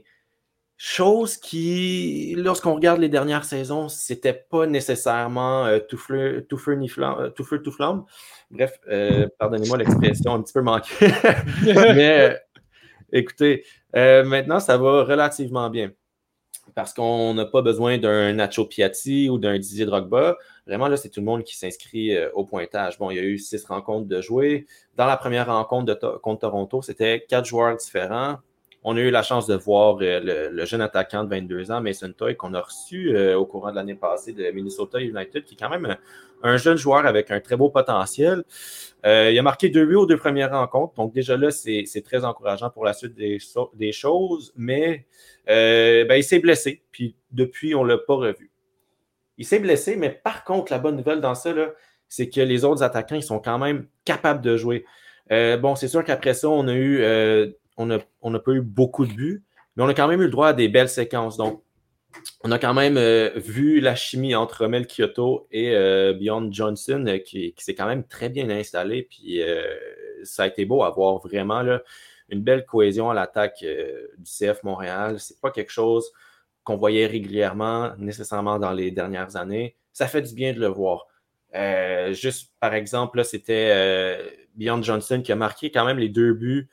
Chose qui, lorsqu'on regarde les dernières saisons, c'était pas nécessairement euh, tout feu, tout feu, ni flamme, tout feu, tout flamme. Bref, euh, pardonnez-moi l'expression un petit peu manquée. Mais euh, écoutez, euh, maintenant, ça va relativement bien. Parce qu'on n'a pas besoin d'un Nacho Piatti ou d'un Didier Drogba. Vraiment, là, c'est tout le monde qui s'inscrit euh, au pointage. Bon, il y a eu six rencontres de jouer. Dans la première rencontre de to- contre Toronto, c'était quatre joueurs différents. On a eu la chance de voir euh, le, le jeune attaquant de vingt-deux ans, Mason Toy, qu'on a reçu euh, au courant de l'année passée de Minnesota United, qui est quand même un, un jeune joueur avec un très beau potentiel. Euh, il a marqué deux buts aux deux premières rencontres, donc déjà là, c'est, c'est très encourageant pour la suite des, des choses, mais euh, ben, il s'est blessé, puis depuis, on ne l'a pas revu. Il s'est blessé, mais par contre, la bonne nouvelle dans ça, là, c'est que les autres attaquants, ils sont quand même capables de jouer. Euh, bon, c'est sûr qu'après ça, on a eu... Euh, On n'a on a pas eu beaucoup de buts, mais on a quand même eu le droit à des belles séquences. Donc, on a quand même euh, vu la chimie entre Romel Kyoto et euh, Bjorn Johnson euh, qui, qui s'est quand même très bien installé. Puis, euh, ça a été beau à voir vraiment là, une belle cohésion à l'attaque euh, du C F Montréal. C'est pas quelque chose qu'on voyait régulièrement, nécessairement dans les dernières années. Ça fait du bien de le voir. Euh, juste, par exemple, là, c'était euh, Bjorn Johnson qui a marqué quand même les deux buts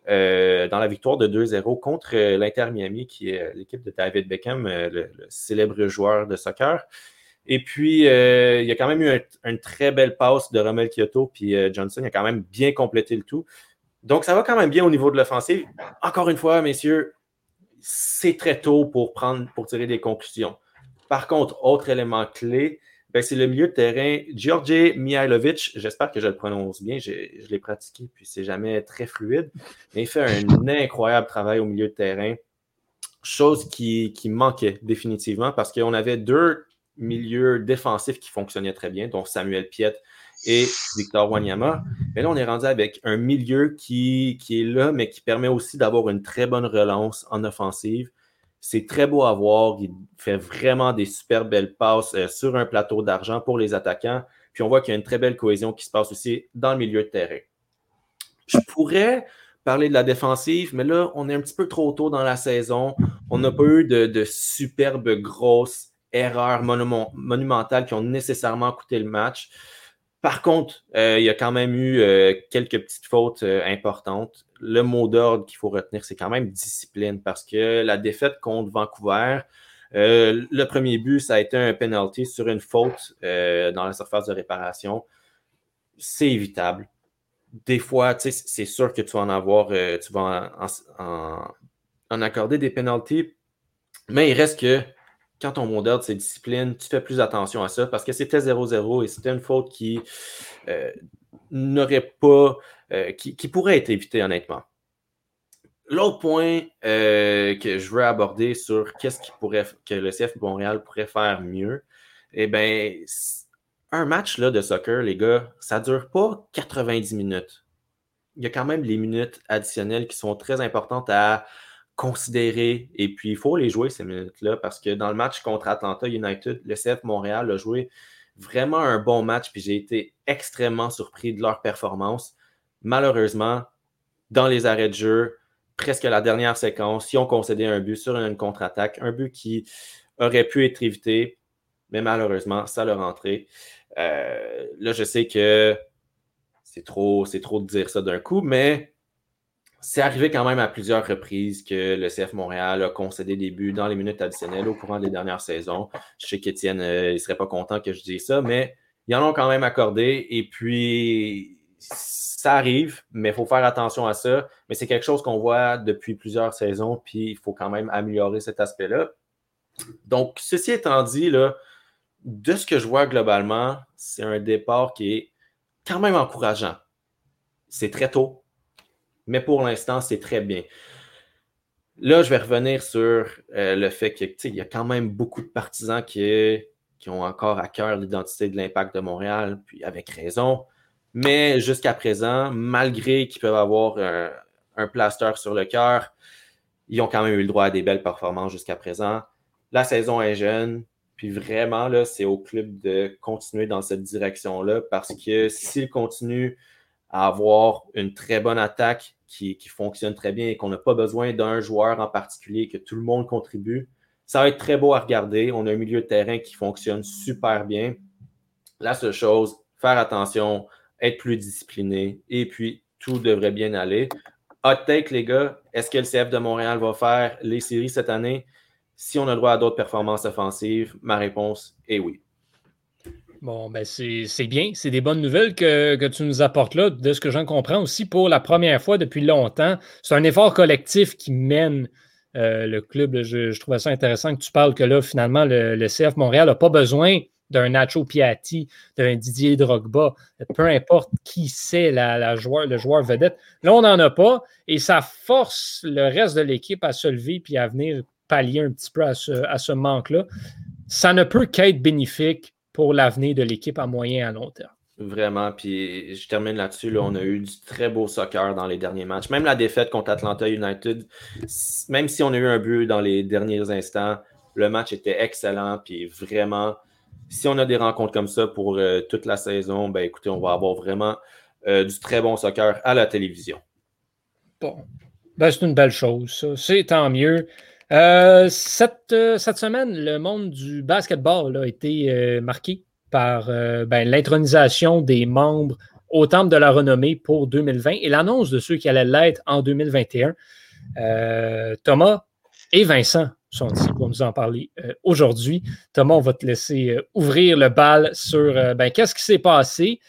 Euh, dans la victoire de deux zéro contre euh, l'Inter Miami, qui est euh, l'équipe de David Beckham, euh, le, le célèbre joueur de soccer. Et puis, euh, il y a quand même eu un, une très belle passe de Romel Kyoto, puis euh, Johnson a quand même bien complété le tout. Donc, ça va quand même bien au niveau de l'offensive. Encore une fois, messieurs, c'est très tôt pour, prendre, pour tirer des conclusions. Par contre, autre élément clé, ben, c'est le milieu de terrain. Georgi Mihailovic, j'espère que je le prononce bien, j'ai, je l'ai pratiqué, puis c'est jamais très fluide, mais il fait un incroyable travail au milieu de terrain, chose qui, qui manquait définitivement parce qu'on avait deux milieux défensifs qui fonctionnaient très bien, dont Samuel Piette et Victor Wanyama. Mais là, on est rendu avec un milieu qui, qui est là, mais qui permet aussi d'avoir une très bonne relance en offensive. C'est très beau à voir. Il fait vraiment des super belles passes euh, sur un plateau d'argent pour les attaquants. Puis on voit qu'il y a une très belle cohésion qui se passe aussi dans le milieu de terrain. Je pourrais parler de la défensive, mais là, on est un petit peu trop tôt dans la saison. On n'a pas eu de, de superbes grosses erreurs monument, monumentales qui ont nécessairement coûté le match. Par contre, euh, il y a quand même eu euh, quelques petites fautes euh, importantes. Le mot d'ordre qu'il faut retenir, c'est quand même discipline, parce que la défaite contre Vancouver, euh, le premier but, ça a été un penalty sur une faute euh, dans la surface de réparation. C'est évitable. Des fois, tu sais, c'est sûr que tu vas en avoir, euh, tu vas en, en, en accorder des penalties, mais il reste que quand ton mot d'ordre, c'est discipline, tu fais plus attention à ça parce que c'était zéro zéro et c'était une faute qui euh, n'aurait pas, euh, qui, qui pourrait être évitée, honnêtement. L'autre point euh, que je veux aborder sur qu'est-ce qui pourrait, que le C F Montréal pourrait faire mieux, eh bien, un match là, de soccer, les gars, ça ne dure pas quatre-vingt-dix minutes. Il y a quand même les minutes additionnelles qui sont très importantes à considérer. Et puis, il faut les jouer, ces minutes-là, parce que dans le match contre Atlanta United, le C F Montréal a joué vraiment un bon match, puis j'ai été extrêmement surpris de leur performance. Malheureusement, dans les arrêts de jeu, presque la dernière séquence, ils ont concédé un but sur une contre-attaque, un but qui aurait pu être évité, mais malheureusement, ça l'a rentré. Euh, là, je sais que c'est trop, c'est trop de dire ça d'un coup, mais c'est arrivé quand même à plusieurs reprises que le C F Montréal a concédé des buts dans les minutes additionnelles au courant des dernières saisons. Je sais qu'Étienne, euh, il ne serait pas content que je dise ça, mais ils en ont quand même accordé. Et puis, ça arrive, mais il faut faire attention à ça. Mais c'est quelque chose qu'on voit depuis plusieurs saisons, puis il faut quand même améliorer cet aspect-là. Donc, ceci étant dit, là, de ce que je vois globalement, c'est un départ qui est quand même encourageant. C'est très tôt. Mais pour l'instant, c'est très bien. Là, je vais revenir sur euh, le fait qu'il y a quand même beaucoup de partisans qui, qui ont encore à cœur l'identité de l'Impact de Montréal, puis avec raison. Mais jusqu'à présent, malgré qu'ils peuvent avoir un, un plaster sur le cœur, ils ont quand même eu le droit à des belles performances jusqu'à présent. La saison est jeune, puis vraiment, là, c'est au club de continuer dans cette direction-là, parce que s'ils continuent à avoir une très bonne attaque qui, qui fonctionne très bien et qu'on n'a pas besoin d'un joueur en particulier, que tout le monde contribue, ça va être très beau à regarder. On a un milieu de terrain qui fonctionne super bien. La seule chose, faire attention, être plus discipliné et puis tout devrait bien aller. Hot take, les gars, est-ce que le C F de Montréal va faire les séries cette année? Si on a le droit à d'autres performances offensives, ma réponse est oui. Bon, ben c'est, c'est bien. C'est des bonnes nouvelles que, que tu nous apportes là. De ce que j'en comprends aussi, pour la première fois depuis longtemps, c'est un effort collectif qui mène euh, le club. Je, je trouvais ça intéressant que tu parles que là, finalement, le, le C F Montréal n'a pas besoin d'un Nacho Piatti, d'un Didier Drogba, peu importe qui c'est la, la joueur, le joueur vedette. Là, on n'en a pas et ça force le reste de l'équipe à se lever puis à venir pallier un petit peu à ce, à ce manque-là. Ça ne peut qu'être bénéfique pour l'avenir de l'équipe à moyen et à long terme. Vraiment, puis je termine là-dessus. Là, on a eu du très beau soccer dans les derniers matchs. Même la défaite contre Atlanta United, même si on a eu un but dans les derniers instants, le match était excellent. Puis vraiment, si on a des rencontres comme ça pour euh, toute la saison, ben écoutez, on va avoir vraiment euh, du très bon soccer à la télévision. Bon, ben, c'est une belle chose, ça. C'est tant mieux. Euh, cette, euh, cette semaine, le monde du basketball là, a été euh, marqué par euh, ben, l'intronisation des membres au Temple de la Renommée pour deux mille vingt et l'annonce de ceux qui allaient l'être en deux mille vingt et un. Euh, Thomas et Vincent sont ici pour nous en parler euh, aujourd'hui. Thomas, on va te laisser euh, ouvrir le bal sur euh, ben, qu'est-ce qui s'est passé.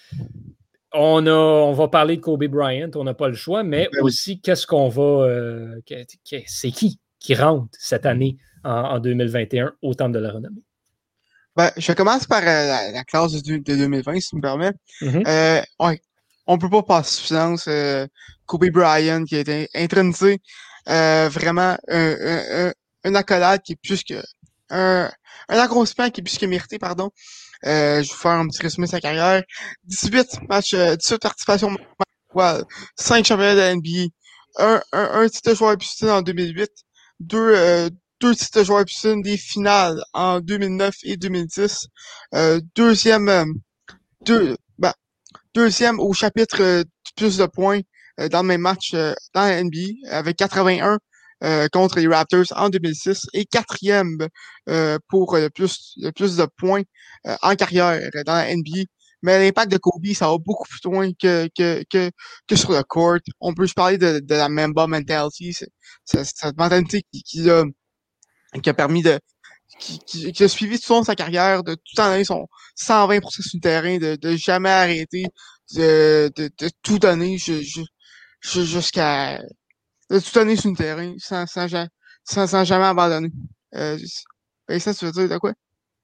On, a, on va parler de Kobe Bryant, on n'a pas le choix, mais Ben aussi oui. qu'est-ce qu'on va... Euh, que, que, c'est qui qui rentre cette année en, en deux mille vingt et un au Temple de la Renommée? Ben, je commence par euh, la, la classe de, de deux mille vingt, si tu me permets. Mm-hmm. Euh, ouais, on ne peut pas passer sous silence euh, Kobe Bryant qui a été intronisé. Euh, vraiment un, un, un, une accolade qui est plus que... Un, un accomplissement qui est plus que mérité, pardon. Euh, je vais vous faire un petit résumé de sa carrière. dix-huit matchs, euh, dix-huit participations, ouais, cinq championnats de la N B A, un, un, un titre de joueur plus en deux mille huit, deux, euh, deux titres de joueur plus des finales en deux mille neuf et deux mille dix, euh, deuxième, euh, deux, ben, deuxième au chapitre euh, du plus de points euh, dans le même match euh, dans la N B A avec quatre-vingt-un euh, contre les Raptors en deux mille six et quatrième euh, pour euh, le plus, le plus de points euh, en carrière dans la N B A. Mais l'impact de Kobe, ça va beaucoup plus loin que, que, que, que sur le court. On peut se parler de, de la Mamba mentality, c'est, c'est, cette mentalité qui, qui, a, qui a permis de Qui, qui, qui a suivi tout au long de sa carrière, de tout en donner son cent vingt pour cent sur le terrain, de, de jamais arrêter, de, de, de tout donner ju- ju- ju- jusqu'à de tout donner sur le terrain sans, sans, ja- sans, sans jamais abandonner. Euh, ben ça, tu veux dire de quoi?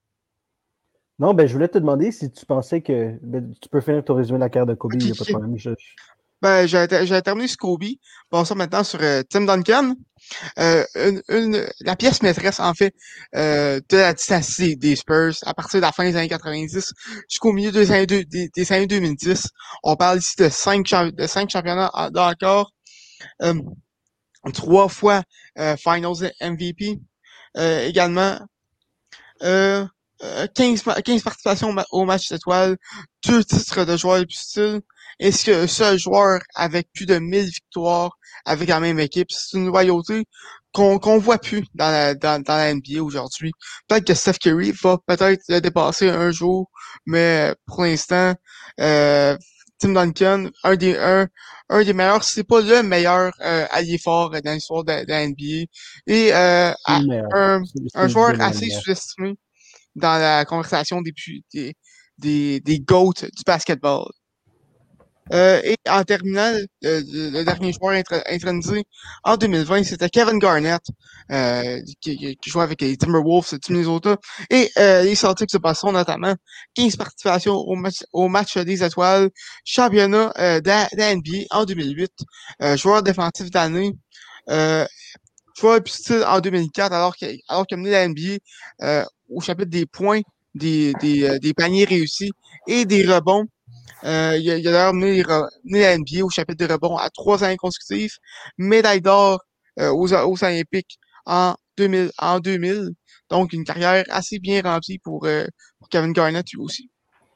Non, ben, je voulais te demander si tu pensais que. Ben, tu peux finir ton résumé de la carrière de Kobe, il Ok, n'y a pas de ok. problème. Je- Ben, j'ai j'ai terminé sur Kobe. Bon, ça maintenant sur euh, Tim Duncan. Euh, une, une, la pièce maîtresse, en fait, euh, de la dynastie des Spurs, à partir de la fin des années quatre-vingt-dix jusqu'au milieu des années, deux- des, des années deux mille dix. On parle ici de cinq, champ- de cinq championnats en- encore, euh, trois fois euh, Finals M V P, euh, également euh, euh, quinze, ma- quinze participations au, ma- au match d'étoiles, deux titres de joueur le plus style. Est-ce que seul joueur avec plus de mille victoires avec la même équipe? C'est une loyauté qu'on qu'on voit plus dans la, dans, dans la N B A aujourd'hui. Peut-être que Steph Curry va peut-être le dépasser un jour, mais pour l'instant, euh, Tim Duncan, un des un, un des meilleurs, si c'est pas le meilleur euh, allié fort dans l'histoire de, de la N B A. Et euh, C'est à- le meilleur. un, C'est un c'est joueur de loin le assez meilleur. sous-estimé dans la conversation des, pu- des, des, des GOAT du basketball. Euh, et en terminant, le, le- le dernier joueur intra- intronisé en deux mille vingt, c'était Kevin Garnett, euh, qui, qui- qui jouait avec les Timberwolves du Minnesota, et euh, les Celtics de Boston notamment. quinze participations au match, au match des étoiles, championnat euh, de la de la N B A en deux mille huit, euh, joueur défensif d'année, euh, joueur plus style en deux mille quatre, alors qu'il alors qu'il a mené la N B A euh, au chapitre des points, des, des, euh, des paniers réussis et des rebonds. Euh, il a, il a d'ailleurs mené, les re- mené la N B A au chapitre des rebonds à trois années consécutives, médaille d'or euh, aux, aux Olympiques en deux mille, en deux mille. Donc, une carrière assez bien remplie pour, euh, pour Kevin Garnett, lui aussi.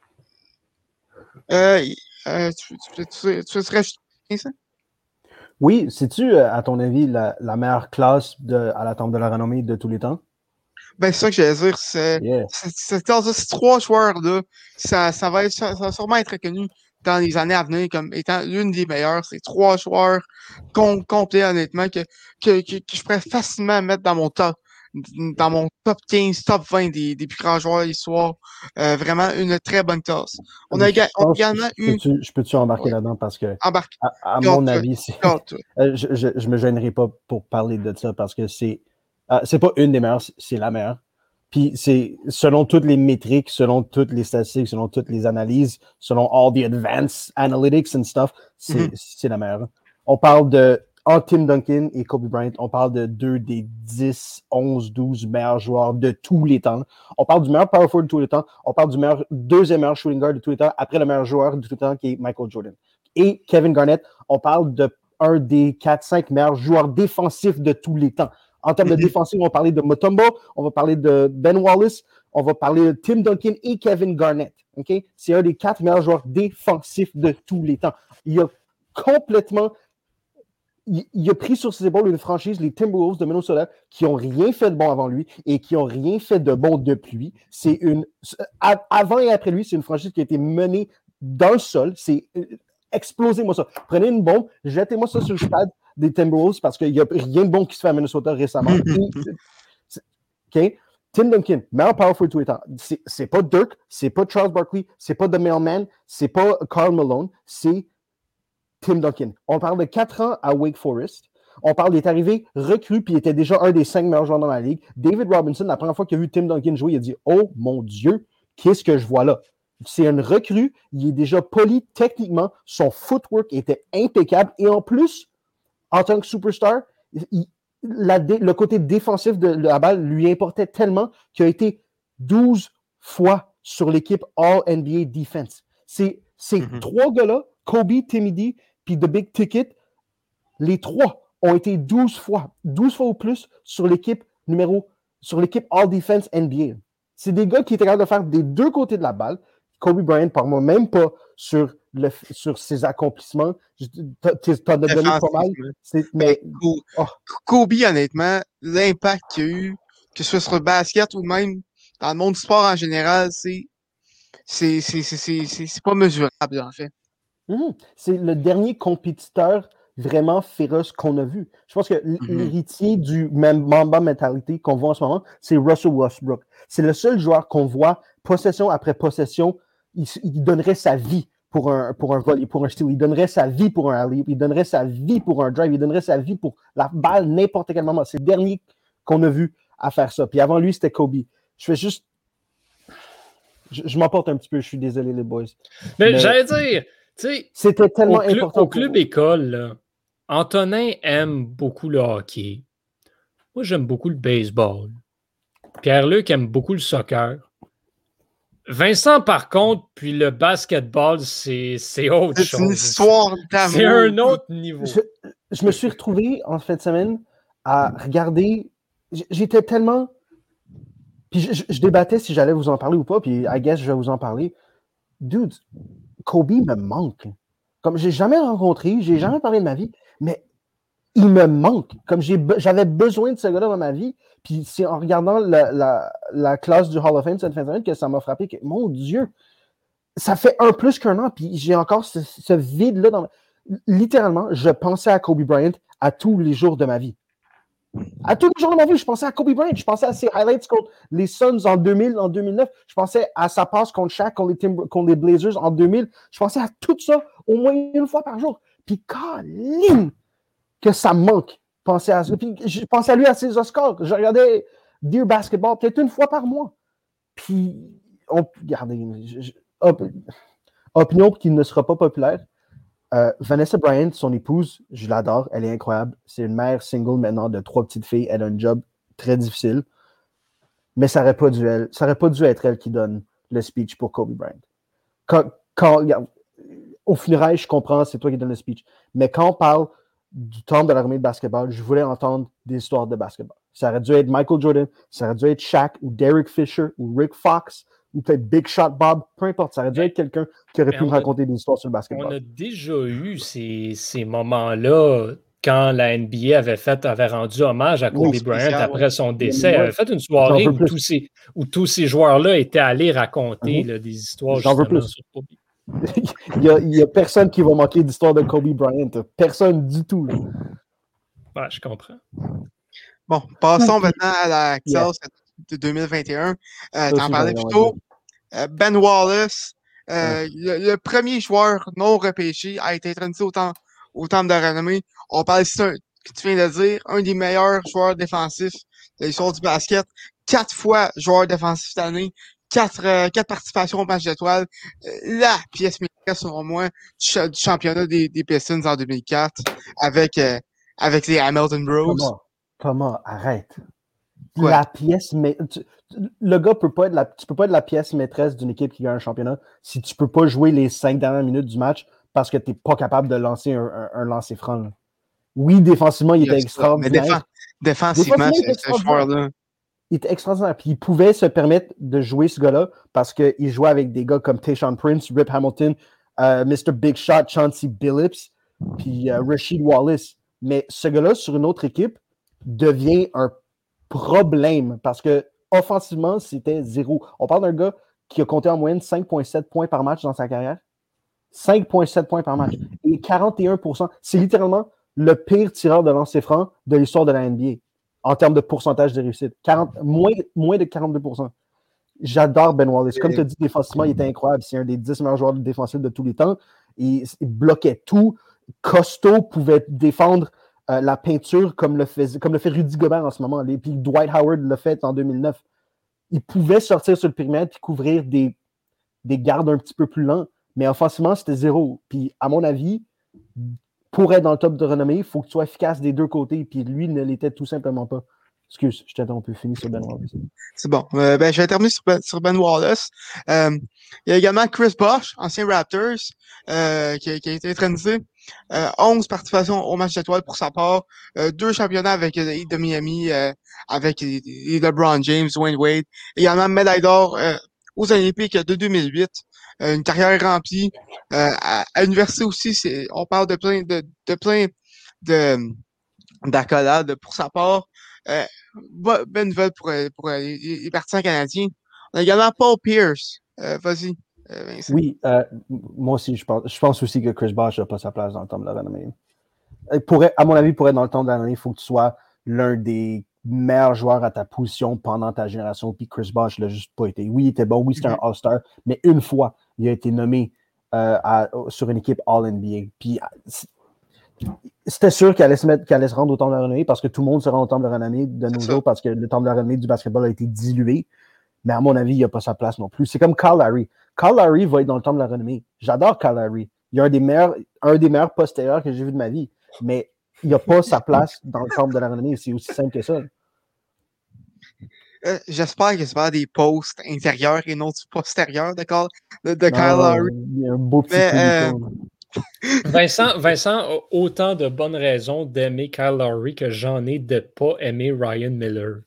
Euh, euh, tu, tu, tu, tu, tu rajouter ça? Oui, c'est-tu, euh, à ton avis, la, la meilleure classe de, à la Temple de la Renommée de tous les temps? Ben, c'est ça que j'allais dire. C'est, Yeah. c'est, c'est, c'est- ces trois joueurs-là, ça, ça va être, ça, ça va sûrement être reconnu dans les années à venir comme étant l'une des meilleures. C'est trois joueurs com- complets, honnêtement, que, que, que, que je pourrais facilement mettre dans mon top, dans mon top quinze, top vingt des, des plus grands joueurs de l'histoire. Euh, vraiment une très bonne classe. On a, Je éga- on a pense, également je eu, peux-tu, je peux-tu embarquer ouais, là-dedans parce que, embarque, à, à mon garde-toi, avis, c'est, garde-toi. euh, je, je, je me gênerai pas pour parler de ça parce que c'est, euh, c'est pas une des meilleures, c'est- c'est la meilleure. Puis c'est selon toutes les métriques, selon toutes les statistiques, selon toutes les analyses, selon all the advanced analytics and stuff, c'est, Mhm. c'est la meilleure. On parle de, en Tim Duncan et Kobe Bryant, on parle de deux des dix, onze, douze meilleurs joueurs de tous les temps. On parle du meilleur power forward de tous les temps. On parle du meilleur, deuxième meilleur shooting guard de tous les temps, après le meilleur joueur de tous les temps qui est Michael Jordan. Et Kevin Garnett, on parle de un des quatre cinq meilleurs joueurs défensifs de tous les temps. En termes de Mhm. défensif, on va parler de Mutombo, on va parler de Ben Wallace, on va parler de Tim Duncan et Kevin Garnett. Okay? C'est un des quatre meilleurs joueurs défensifs de tous les temps. Il a complètement... Il, il a pris sur ses épaules une franchise, les Timberwolves de Minnesota, qui n'ont rien fait de bon avant lui et qui n'ont rien fait de bon depuis lui. C'est une... à- Avant et après lui, c'est une franchise qui a été menée dans le sol. C'est... Explosez-moi ça. Prenez une bombe, jetez-moi ça sur le stade des Timberwolves parce qu'il n'y a rien de bon qui se fait à Minnesota récemment. Et, c'est- OK? Tim Duncan, meilleur power forward de tous les temps. C'est, c'est pas Dirk, c'est pas Charles Barkley, c'est pas The Mailman, c'est pas Karl Malone, c'est Tim Duncan. On parle de quatre ans à Wake Forest. On parle d'être arrivé recru, puis il était déjà un des cinq meilleurs joueurs dans la ligue. David Robinson, la première fois qu'il a vu Tim Duncan jouer, il a dit « Oh mon Dieu, qu'est-ce que je vois là? » C'est une recrue, il est déjà poli techniquement, son footwork était impeccable, et en plus, en tant que superstar, il, la, le côté défensif de la balle lui importait tellement qu'il a été douze fois sur l'équipe All-N B A Defense. C'est, ces Mhm. trois gars-là, Kobe, Timmy D, puis The Big Ticket, les trois ont été douze fois, douze fois ou plus sur l'équipe numéro, sur l'équipe All-Defense N B A. C'est des gars qui étaient capables de faire des deux côtés de la balle, Kobe Bryant, par moi, même pas sur, le, sur ses accomplissements. T'en as donné pas mal. C'est, mais, mais oh. Kobe, honnêtement, l'impact qu'il a eu, que ce soit sur le basket ou même dans le monde du sport en général, c'est c'est, c'est, c'est, c'est, c'est, c'est pas mesurable, en fait. Mmh. C'est le dernier compétiteur vraiment féroce qu'on a vu. Je pense que mm-hmm. l'héritier du même Mamba mentality qu'on voit en ce moment, c'est Russell Westbrook. C'est le seul joueur qu'on voit, possession après possession, il, il donnerait sa vie pour un, pour un volley, pour un steal. Il donnerait sa vie pour un alley, il donnerait sa vie pour un drive, il donnerait sa vie pour la balle n'importe quel moment. C'est le dernier qu'on a vu à faire ça. Puis avant lui, c'était Kobe. Je fais juste... Je, je m'emporte un petit peu, je suis désolé les boys. Mais, Mais... j'allais dire... T'sais, c'était tellement au club, important. Au club école, là, Antonin aime beaucoup le hockey. Moi, j'aime beaucoup le baseball. Pierre-Luc aime beaucoup le soccer. Vincent, par contre, puis le basketball, c'est, c'est autre c'est chose. C'est une histoire d'amour. C'est un autre niveau. Je, je me suis retrouvé en fin de semaine à regarder. J'étais tellement... Puis je, je, je débattais si j'allais vous en parler ou pas, puis I guess je vais vous en parler. Dude, Kobe me manque. Comme j'ai jamais rencontré, j'ai jamais parlé de ma vie, mais il me manque. Comme j'ai be- j'avais besoin de ce gars-là dans ma vie, puis c'est en regardant la, la, la classe du Hall of Fame cette fin de semaine que ça m'a frappé que, mon Dieu, ça fait un plus qu'un an, puis j'ai encore ce, ce vide-là dans ma... Littéralement, je pensais à Kobe Bryant à tous les jours de ma vie. À tous les jours de ma vie, je pensais à Kobe Bryant, je pensais à ses highlights contre les Suns en deux mille, en deux mille neuf, je pensais à sa passe contre Shaq, contre les, Timber, contre les Blazers en deux mille, je pensais à tout ça au moins une fois par jour. Puis, Colin, que ça me manque, penser à ça. Puis, je pensais à lui à ses Oscars, je regardais Dear Basketball peut-être une fois par mois. Puis, on, regardez, je, je, op, opinion qui ne sera pas populaire. Euh, Vanessa Bryant, son épouse, je l'adore, elle est incroyable. C'est une mère single maintenant de trois petites filles. Elle a un job très difficile. Mais ça n'aurait pas dû, elle, ça aurait pas dû être elle qui donne le speech pour Kobe Bryant. Quand, quand, regarde, au funérailles, je comprends, c'est toi qui donne le speech. Mais quand on parle du temps de l'armée de basketball, je voulais entendre des histoires de basketball. Ça aurait dû être Michael Jordan, ça aurait dû être Shaq ou Derek Fisher ou Rick Fox ou peut-être Big Shot Bob, peu importe, ça aurait dû être quelqu'un qui aurait pu me raconter des histoires sur le basketball. On a déjà eu ces, ces moments-là quand la N B A avait, fait, avait rendu hommage à Kobe oui, Bryant après son décès. Elle avait fait une soirée où tous, ces, où tous ces joueurs-là étaient allés raconter mm-hmm. là, des histoires J'en justement sur Kobe. il n'y a, a personne qui va manquer d'histoire de Kobe Bryant. Personne du tout. Là. Ouais, je comprends. Bon, passons maintenant à la classe yeah. de deux mille vingt et un. Euh, T'en parlais plus tôt. Euh, Ben Wallace, euh, ouais. le, le premier joueur non repêché a été introduit au, temps, au temple de renommée. On parle ici, que tu viens de dire, un des meilleurs joueurs défensifs de l'histoire du basket. Quatre fois joueur défensif cette année. Quatre, euh, quatre participations au match d'étoiles. Euh, la pièce maîtresse, selon moi, du, ch- du championnat des, des Pistons en deux mille quatre avec, euh, avec les Hamilton Bros. Thomas, Thomas arrête. Quoi? La pièce, mais tu, le gars peut pas être la, tu peux pas être la pièce maîtresse d'une équipe qui gagne un championnat si tu peux pas jouer les cinq dernières minutes du match parce que t'es pas capable de lancer un, un, un lancer franc. Là. Oui, défensivement, il, il était extraordinaire. Mais défense, défensivement, défensivement c'est ce joueur-là. Il était extraordinaire. Puis il pouvait se permettre de jouer ce gars-là parce qu'il jouait avec des gars comme Tayshaun Prince, Rip Hamilton, euh, mister Big Shot, Chauncey Billups, puis euh, Rasheed Wallace. Mais ce gars-là, sur une autre équipe, devient un problème parce que offensivement, c'était zéro. On parle d'un gars qui a compté en moyenne cinq virgule sept points par match dans sa carrière. cinq virgule sept points par match. Et quarante et un pour cent. C'est littéralement le pire tireur de lancer franc de l'histoire de la N B A en termes de pourcentage de réussite. quarante, moins, moins de quarante-deux pour cent. J'adore Ben Wallace. Comme tu as dit, défensivement, il était incroyable. C'est un des dix meilleurs joueurs défensifs de tous les temps. Il, il bloquait tout. Costaud pouvait défendre Euh, la peinture comme le, fait, comme le fait Rudy Gobert en ce moment. Et puis Dwight Howard l'a fait en deux mille neuf. Il pouvait sortir sur le périmètre et couvrir des, des gardes un petit peu plus lents, mais offensivement, c'était zéro. Puis, à mon avis, pour être dans le top de renommée, il faut que tu sois efficace des deux côtés. Puis lui, il ne l'était tout simplement pas. Excuse, je t'attends, on peut finir sur Ben Wallace. C'est bon. Euh, ben, je vais terminer sur Ben, sur Ben Wallace. Euh, il y a également Chris Bosh, ancien Raptors, euh, qui, qui a été intronisé. Euh, onze participations au match d'étoiles pour sa part. Euh, deux championnats avec les Heat de Miami, euh, avec les, les LeBron James, Dwayne Wade. Également médaille d'or euh, aux Olympiques de deux mille huit. euh, une carrière remplie. Euh, à, à l'université aussi, c'est, on parle de plein de, de plein de d'accolades pour sa part. Euh, bonne nouvelle pour, pour les, les partisans canadiens. On a également Paul Pierce. Euh, vas-y, euh, Vincent. Oui, euh, moi aussi, je pense, je pense aussi que Chris Bosh n'a pas sa place dans le temple de la renommée. Pour être, à mon avis, pour être dans le temple de la renommée, il faut que tu sois l'un des meilleurs joueurs à ta position pendant ta génération. Puis Chris Bosh l'a juste pas été. Oui, il était bon, oui, c'était mm-hmm. un All-Star, mais une fois, il a été nommé euh, à, sur une équipe All-N B A. Puis c'était sûr qu'il allait se mettre, qu'il allait se rendre au temple de la renommée parce que tout le monde se rend au temple de la renommée de nos jours parce que le temple de la renommée du basketball a été dilué. Mais à mon avis, il n'a pas sa place non plus. C'est comme Kyle Lowry. Kyle Lowry va être dans le temple de la renommée. J'adore Kyle Lowry. Il est un des meilleurs, un des meilleurs postérieurs que j'ai vu de ma vie. Mais il n'a pas sa place dans le temple de la renommée. C'est aussi simple que ça. Euh, j'espère qu'il va y avoir des postes intérieurs et non postérieurs de, de, de Kyle Lowry. Il y a un beau petit Mais, peu. Euh... Vincent, Vincent a autant de bonnes raisons d'aimer Kyle Lowry que j'en ai de ne pas aimer Ryan Miller.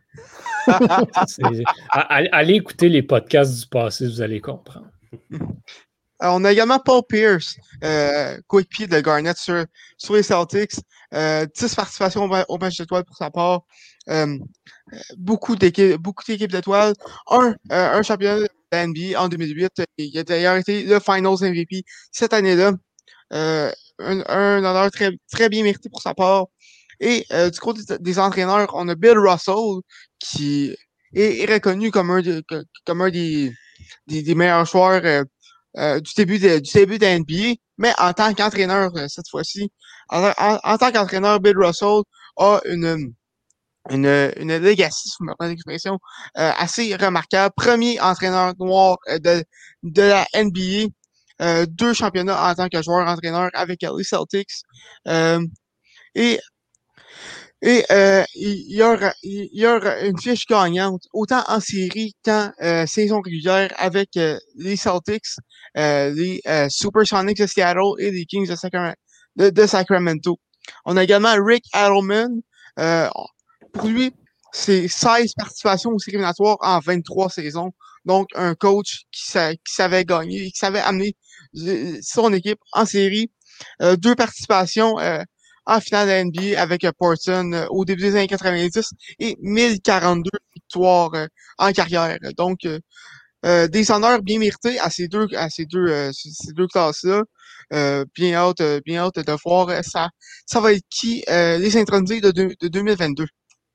Allez écouter les podcasts du passé, vous allez comprendre. Alors, on a également Paul Pierce, euh, coéquipier de Garnett sur, sur les Celtics. Euh, dix participations au, au match d'étoiles pour sa part. Euh, beaucoup d'équipes beaucoup d'équipes d'étoiles. Un, euh, un championnat de la N B A en deux mille huit. Il a d'ailleurs été le Finals M V P cette année-là. Euh, un, un honneur très, très bien mérité pour sa part. Et euh, du côté des entraîneurs, on a Bill Russell, qui est, est reconnu comme un, de, comme un des, des, des meilleurs joueurs euh, euh, du début de, du début de la N B A, mais en tant qu'entraîneur euh, cette fois-ci. En, en, en tant qu'entraîneur, Bill Russell a une, une, une legacy, si vous me permettez l'expression, euh, assez remarquable. Premier entraîneur noir euh, de, de la N B A, euh, deux championnats en tant que joueur-entraîneur avec les Celtics. Euh, et Et euh, il, y aura, il y aura une fiche gagnante, autant en série qu'en euh, saison régulière, avec euh, les Celtics, euh, les euh, Supersonics de Seattle et les Kings de, Sacra- de, de Sacramento. On a également Rick Adelman. Euh, pour lui, c'est seize participations aux séries éliminatoires en vingt-trois saisons. Donc, un coach qui, sa, qui savait gagner et qui savait amener son équipe en série. Euh, deux participations euh, en finale de la N B A avec euh, Portland euh, au début des années quatre-vingt-dix et mille quarante-deux victoires euh, en carrière. Donc, euh, euh, des honneurs bien mérités à ces deux, à ces deux, euh, ces deux classes-là. Euh, bien hâte, euh, bien hâte de voir euh, ça. Ça va être qui euh, les intronisés de, de, de deux mille vingt-deux.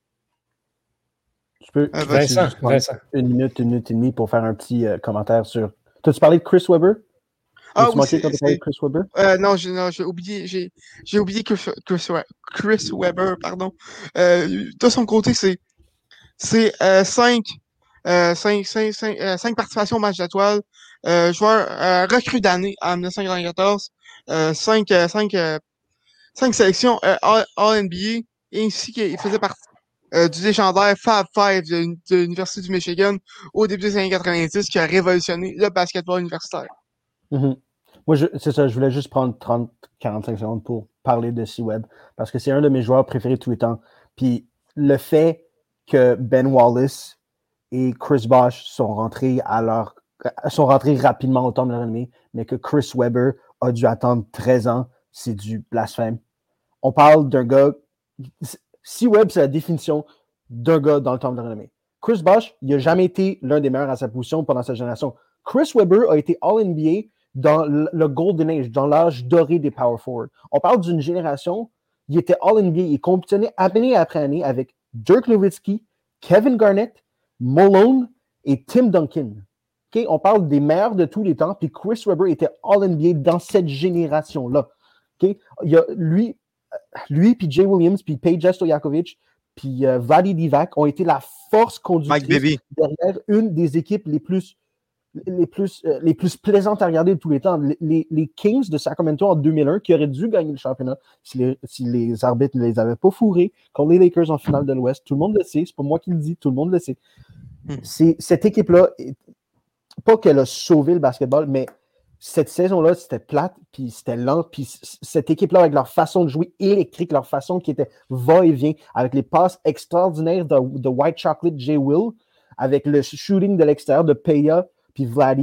Je peux, euh, Vincent, Vincent. Une minute, une minute et demie pour faire un petit euh, commentaire sur. T'as-tu parlé de Chris Webber? Ah oui, c'est, quand c'est... Chris Webber? Euh, non, j'ai, non, j'ai oublié, j'ai, j'ai oublié Chris, Chris, Chris Webber, pardon. Euh, de son côté, c'est, c'est euh, cinq, euh, cinq, cinq, cinq, euh, cinq participations au match d'étoiles, euh, joueur euh, recrue d'année en dix-neuf cent quatre-vingt-quatorze, euh, cinq, euh, cinq, euh, cinq sélections euh, All, All N B A, et ainsi qu'il faisait partie euh, du légendaire Fab Five de, de l'Université du Michigan au début des années quatre-vingt-dix, qui a révolutionné le basketball universitaire. Mm-hmm. Moi, je, c'est ça, je voulais juste prendre trente à quarante-cinq secondes pour parler de C-Web, parce que c'est un de mes joueurs préférés de tous les temps. Puis le fait que Ben Wallace et Chris Bosh sont rentrés à leur, sont rentrés rapidement au temps de la renommée, mais que Chris Webber a dû attendre treize ans, c'est du blasphème. On parle d'un gars, C-Web, c'est la définition d'un gars dans le temps de la renommée. Chris Bosh, il n'a jamais été l'un des meilleurs à sa position pendant sa génération. Chris Webber a été All N B A dans le Golden Age, dans l'âge doré des Power Forward. On parle d'une génération, il était All N B A, il compétitionnait année après année avec Dirk Nowitzki, Kevin Garnett, Malone et Tim Duncan. Okay? On parle des meilleurs de tous les temps, puis Chris Webber était All N B A dans cette génération-là. Okay? Il y a lui, lui puis Jay Williams, puis Peja Stojakovic, puis euh, Vlade Divac ont été la force conductrice derrière une des équipes les plus les plus, euh, les plus plaisantes à regarder de tous les temps. Les, les, les Kings de Sacramento en deux mille un, qui auraient dû gagner le championnat si les, si les arbitres ne les avaient pas fourrés, contre les Lakers en finale de l'Ouest. Tout le monde le sait, c'est pas moi qui le dis, tout le monde le sait. Mm. C'est, cette équipe-là, pas qu'elle a sauvé le basketball, mais cette saison-là, c'était plate, puis c'était lent, puis cette équipe-là, avec leur façon de jouer électrique, leur façon qui était va-et-vient, avec les passes extraordinaires de, de White Chocolate J. Will, avec le shooting de l'extérieur de Peja, puis Vladi,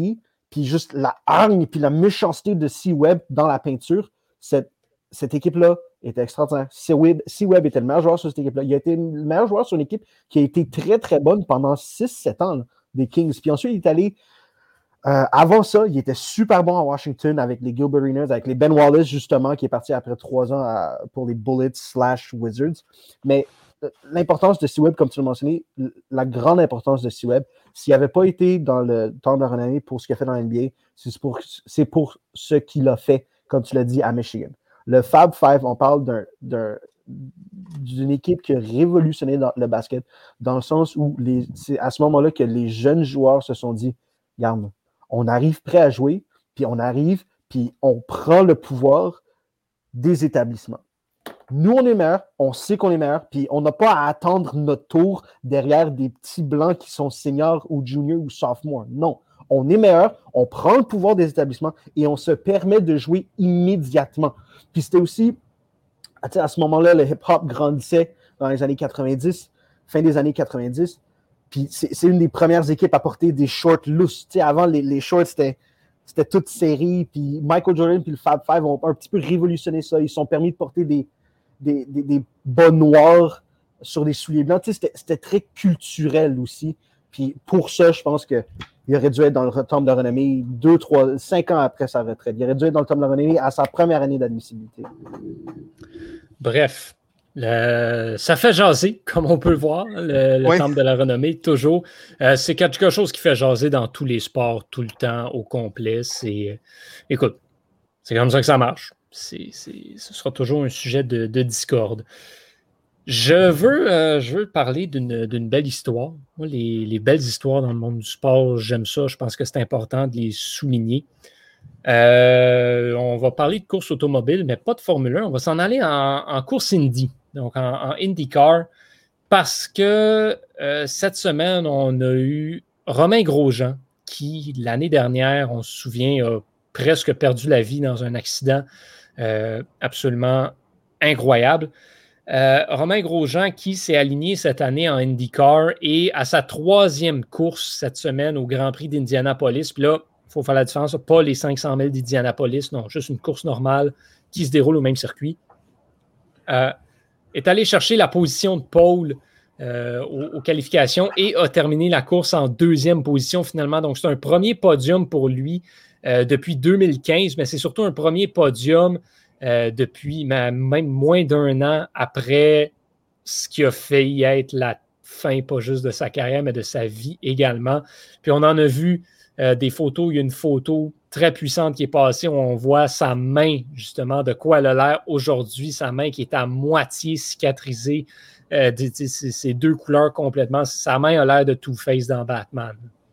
puis juste la hargne, puis la méchanceté de C-Webb dans la peinture, cette, cette équipe-là était extraordinaire. C-Webb, C-Webb était le meilleur joueur sur cette équipe-là. Il a été le meilleur joueur sur une équipe qui a été très, très bonne pendant six sept ans là, des Kings. Puis ensuite, il est allé Euh, avant ça, il était super bon à Washington avec les Gilbert Arenas, avec les Ben Wallace, justement, qui est parti après trois ans à, pour les Bullets slash Wizards. Mais euh, l'importance de C-Webb, comme tu l'as mentionné, la grande importance de C-Webb, s'il n'avait pas été dans le temps de la renommée pour ce qu'il a fait dans l'N B A, c'est pour, c'est pour ce qu'il a fait, comme tu l'as dit, à Michigan. Le Fab Five, on parle d'un, d'un, d'une équipe qui a révolutionné dans le basket, dans le sens où les, c'est à ce moment-là que les jeunes joueurs se sont dit, regarde, on arrive prêt à jouer, puis on arrive, puis on prend le pouvoir des établissements. Nous, on est meilleurs, on sait qu'on est meilleurs, puis on n'a pas à attendre notre tour derrière des petits blancs qui sont seniors ou juniors ou sophomores. Non, on est meilleurs, on prend le pouvoir des établissements et on se permet de jouer immédiatement. Puis c'était aussi, à ce moment-là, le hip-hop grandissait dans les années quatre-vingt-dix, fin des années quatre-vingt-dix. Puis c'est, c'est une des premières équipes à porter des shorts loose. T'sais, avant, les, les shorts, c'était, c'était toute série. Puis Michael Jordan puis le Fab Five ont un petit peu révolutionné ça. Ils se sont permis de porter des, des, des, des bas noirs sur des souliers blancs. C'était, c'était très culturel aussi. Puis pour ça, je pense qu'il aurait dû être dans le temple de la renommée deux, trois, cinq ans après sa retraite. Il aurait dû être dans le temple de la renommée à sa première année d'admissibilité. Bref. Le, ça fait jaser, comme on peut le voir, le, le oui. temple de la renommée, toujours. Euh, c'est quelque chose qui fait jaser dans tous les sports, tout le temps, au complet. C'est, euh, écoute, c'est comme ça que ça marche. C'est, c'est, ce sera toujours un sujet de, de discorde. Je veux, euh, je veux parler d'une, d'une belle histoire. Moi, les, les belles histoires dans le monde du sport, j'aime ça. Je pense que c'est important de les souligner. Euh, on va parler de course automobile, mais pas de Formule un. On va s'en aller en, en course Indy, donc en, en IndyCar, parce que euh, cette semaine, on a eu Romain Grosjean, qui, l'année dernière, on se souvient, a presque perdu la vie dans un accident euh, absolument incroyable. Euh, Romain Grosjean qui s'est aligné cette année en IndyCar et à sa troisième course cette semaine au Grand Prix d'Indianapolis. Puis là, il faut faire la différence, pas les cinq cents milles d'Indianapolis, non, juste une course normale qui se déroule au même circuit. Euh, est allé chercher la position de pole euh, aux, aux qualifications et a terminé la course en deuxième position finalement. Donc, c'est un premier podium pour lui euh, depuis deux mille quinze, mais c'est surtout un premier podium euh, depuis même moins d'un an après ce qui a failli être la fin, pas juste de sa carrière, mais de sa vie également. Puis on en a vu Euh, des photos, il y a une photo très puissante qui est passée où on voit sa main, justement, de quoi elle a l'air aujourd'hui, sa main qui est à moitié cicatrisée, euh, ces deux couleurs complètement. Sa main a l'air de Two-Face dans Batman.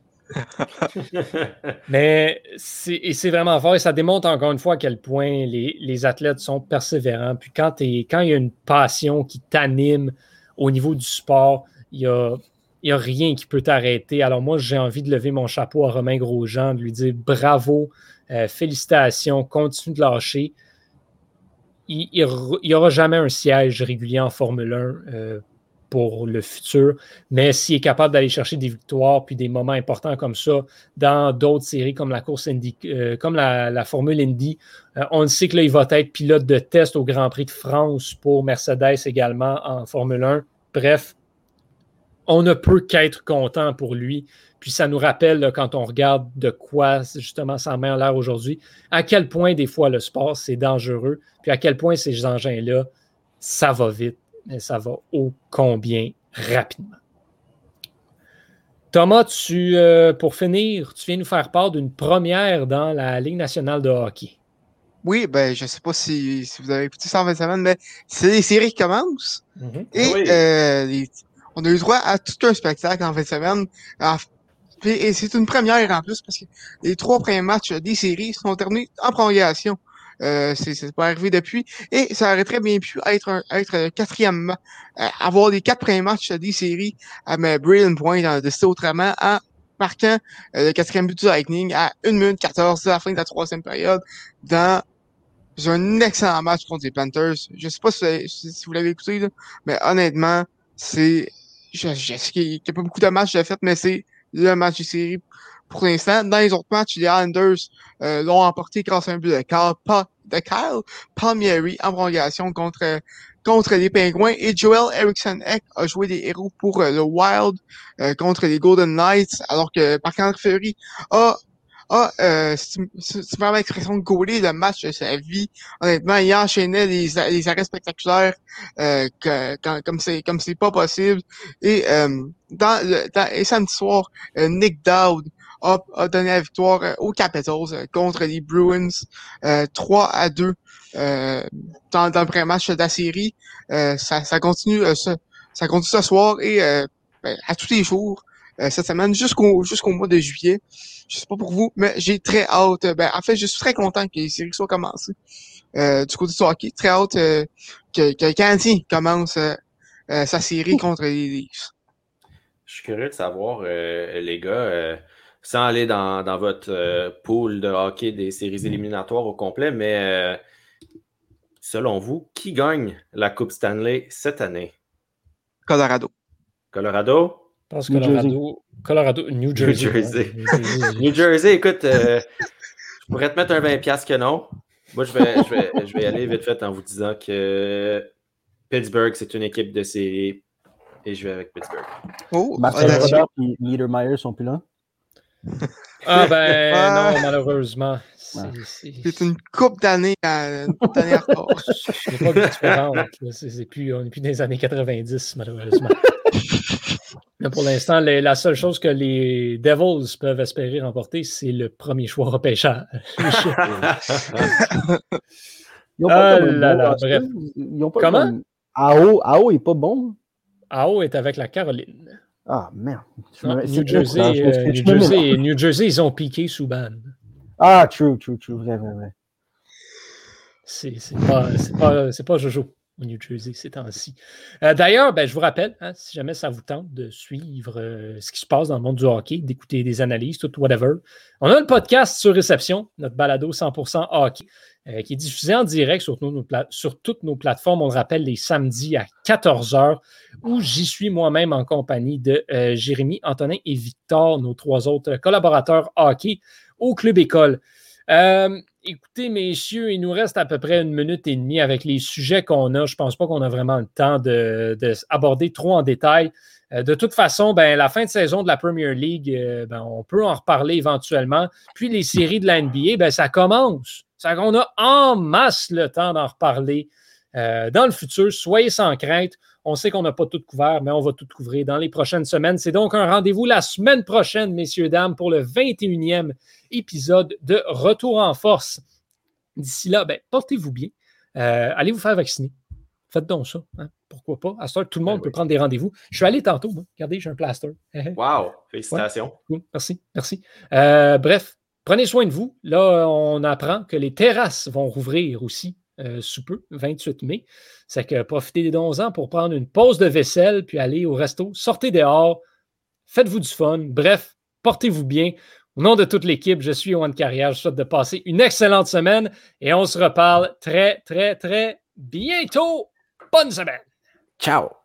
Mais c'est, et c'est vraiment fort et ça démontre encore une fois à quel point les, les athlètes sont persévérants. Puis quand, quand il y a une passion qui t'anime au niveau du sport, il y a... Il n'y a rien qui peut t'arrêter. Alors moi, j'ai envie de lever mon chapeau à Romain Grosjean, de lui dire bravo, euh, félicitations, continue de lâcher. Il n'y aura jamais un siège régulier en Formule un euh, pour le futur, mais s'il est capable d'aller chercher des victoires puis des moments importants comme ça dans d'autres séries comme la course Indy, euh, comme la, la Formule Indy, euh, on le sait que là, il va être pilote de test au Grand Prix de France pour Mercedes également en Formule un. Bref, on ne peut qu'être content pour lui. Puis ça nous rappelle, là, quand on regarde de quoi justement ça met en l'air aujourd'hui, à quel point des fois le sport, c'est dangereux, puis à quel point ces engins-là, ça va vite, mais ça va ô combien rapidement. Thomas, tu, euh, pour finir, tu viens nous faire part d'une première dans la Ligue nationale de hockey. Oui, ben je ne sais pas si, si vous avez écouté ça en fin de semaine, mais c'est les séries qui commencent. Mm-hmm. Et oui. euh, les On a eu droit à tout un spectacle en fin de semaine. Et c'est une première en plus parce que les trois premiers matchs des séries sont terminés en prolongation. Euh, c'est, c'est pas arrivé depuis. Et ça aurait très bien pu être un, être quatrième euh, avoir les quatre premiers matchs des séries à mais Braden Point a décidé autrement en marquant euh, le quatrième but du Lightning à une minute quatorze à la fin de la troisième période dans un excellent match contre les Panthers. Je sais pas si, si vous l'avez écouté, là, mais honnêtement, c'est Je, je sais qu'il n'y a pas beaucoup de matchs de fait, mais c'est le match des séries pour l'instant. Dans les autres matchs, les Islanders euh, l'ont emporté grâce à un but de Kyle, pa- de Kyle Palmieri en prolongation contre, contre les Pingouins. Et Joel Eriksson-Ek a joué des héros pour euh, le Wild euh, contre les Golden Knights, alors que Marc-André Fleury a Ah, euh, c'est c'est vraiment l'expression de gauler le match de sa vie. Honnêtement, il enchaînait les, les arrêts spectaculaires euh, que, quand, comme c'est comme c'est pas possible. Et euh, dans le dans, et samedi soir, euh, Nick Dowd a, a donné la victoire euh, aux Capitals euh, contre les Bruins euh, trois à deux euh, dans, dans le premier match de la série. Euh, ça, ça continue euh, ce, ça continue ce soir et euh, ben, à tous les jours euh, cette semaine jusqu'au jusqu'au mois de juillet. Je sais pas pour vous, mais j'ai très hâte. Ben, en fait, je suis très content que les séries soient commencées. Euh, du côté du hockey, très hâte euh, que, que le Canadien commence euh, euh, sa série contre les Leafs. Je suis curieux de savoir, euh, les gars, euh, sans aller dans, dans votre euh, pool de hockey des séries éliminatoires au complet, mais euh, selon vous, qui gagne la Coupe Stanley cette année? Colorado. Colorado? Je pense New Colorado, Colorado, New Jersey. New Jersey. Ouais. New Jersey. New Jersey, écoute, euh, je pourrais te mettre un vingt dollars que non. Moi, je vais, je, vais, je vais y aller vite fait en vous disant que Pittsburgh, c'est une équipe de série et je vais avec Pittsburgh. Oh, Marcel audacieux. Brodeur et Niedermayer sont plus là. Ah ben Ah. non, malheureusement. C'est, Ouais. c'est, C'est une coupe d'années à une coupe d'années en retard. Il n'y a pas de différence. là. C'est, c'est plus, on n'est plus dans les années quatre-vingt-dix, malheureusement. Mais pour l'instant, les- la seule chose que les Devils peuvent espérer remporter, c'est le premier choix repêchage. Ils ont Ah comme un là bon là, roster. bref. Ils ont pas Comment? comme- Ao, Ao est pas bon. Ao est avec la Caroline. Ah, merde. Je Non, me- c'est New Jersey, décourageant. Je euh, m'excuse. New, Je me Jersey, mélange. New Jersey, ils ont piqué Subban. Ah, true, true, true. Vrai, vrai, vrai. C'est, c'est, pas, c'est, pas, c'est pas Jojo au New Jersey ces temps-ci. Euh, d'ailleurs, ben, je vous rappelle, hein, si jamais ça vous tente de suivre euh, ce qui se passe dans le monde du hockey, d'écouter des analyses, tout whatever, on a le podcast sur Réception, notre balado cent pour cent hockey, euh, qui est diffusé en direct sur, nos, nos pla- sur toutes nos plateformes. On le rappelle, les samedis à quatorze heures, où j'y suis moi-même en compagnie de euh, Jérémy, Antonin et Victor, nos trois autres collaborateurs hockey au Club École. Euh, écoutez, messieurs, il nous reste à peu près une minute et demie avec les sujets qu'on a. Je ne pense pas qu'on a vraiment le temps de, de aborder trop en détail. Euh, de toute façon, ben, la fin de saison de la Premier League, euh, ben, on peut en reparler éventuellement. Puis les séries de la N B A, ben, ça commence. Ça, on a en masse le temps d'en reparler euh, dans le futur. Soyez sans crainte. On sait qu'on n'a pas tout couvert, mais on va tout couvrir dans les prochaines semaines. C'est donc un rendez-vous la semaine prochaine, messieurs, dames, pour le vingt et unième épisode de Retour en force. D'ici là, ben, portez-vous bien. Euh, allez vous faire vacciner. Faites donc ça. Hein? Pourquoi pas? À ce temps, tout le monde Ben peut oui. prendre des rendez-vous. Je suis allé tantôt. Moi. Regardez, j'ai un plaster. Wow! Félicitations. Cool. Merci, merci. Euh, bref, prenez soin de vous. Là, on apprend que les terrasses vont rouvrir aussi euh, sous peu, vingt-huit mai. C'est que profitez des onze ans pour prendre une pause de vaisselle puis aller au resto. Sortez dehors. Faites-vous du fun. Bref, portez-vous bien. Au nom de toute l'équipe, je suis Yoann Carrière. Je souhaite de passer une excellente semaine et on se reparle très, très, très bientôt. Bonne semaine. Ciao!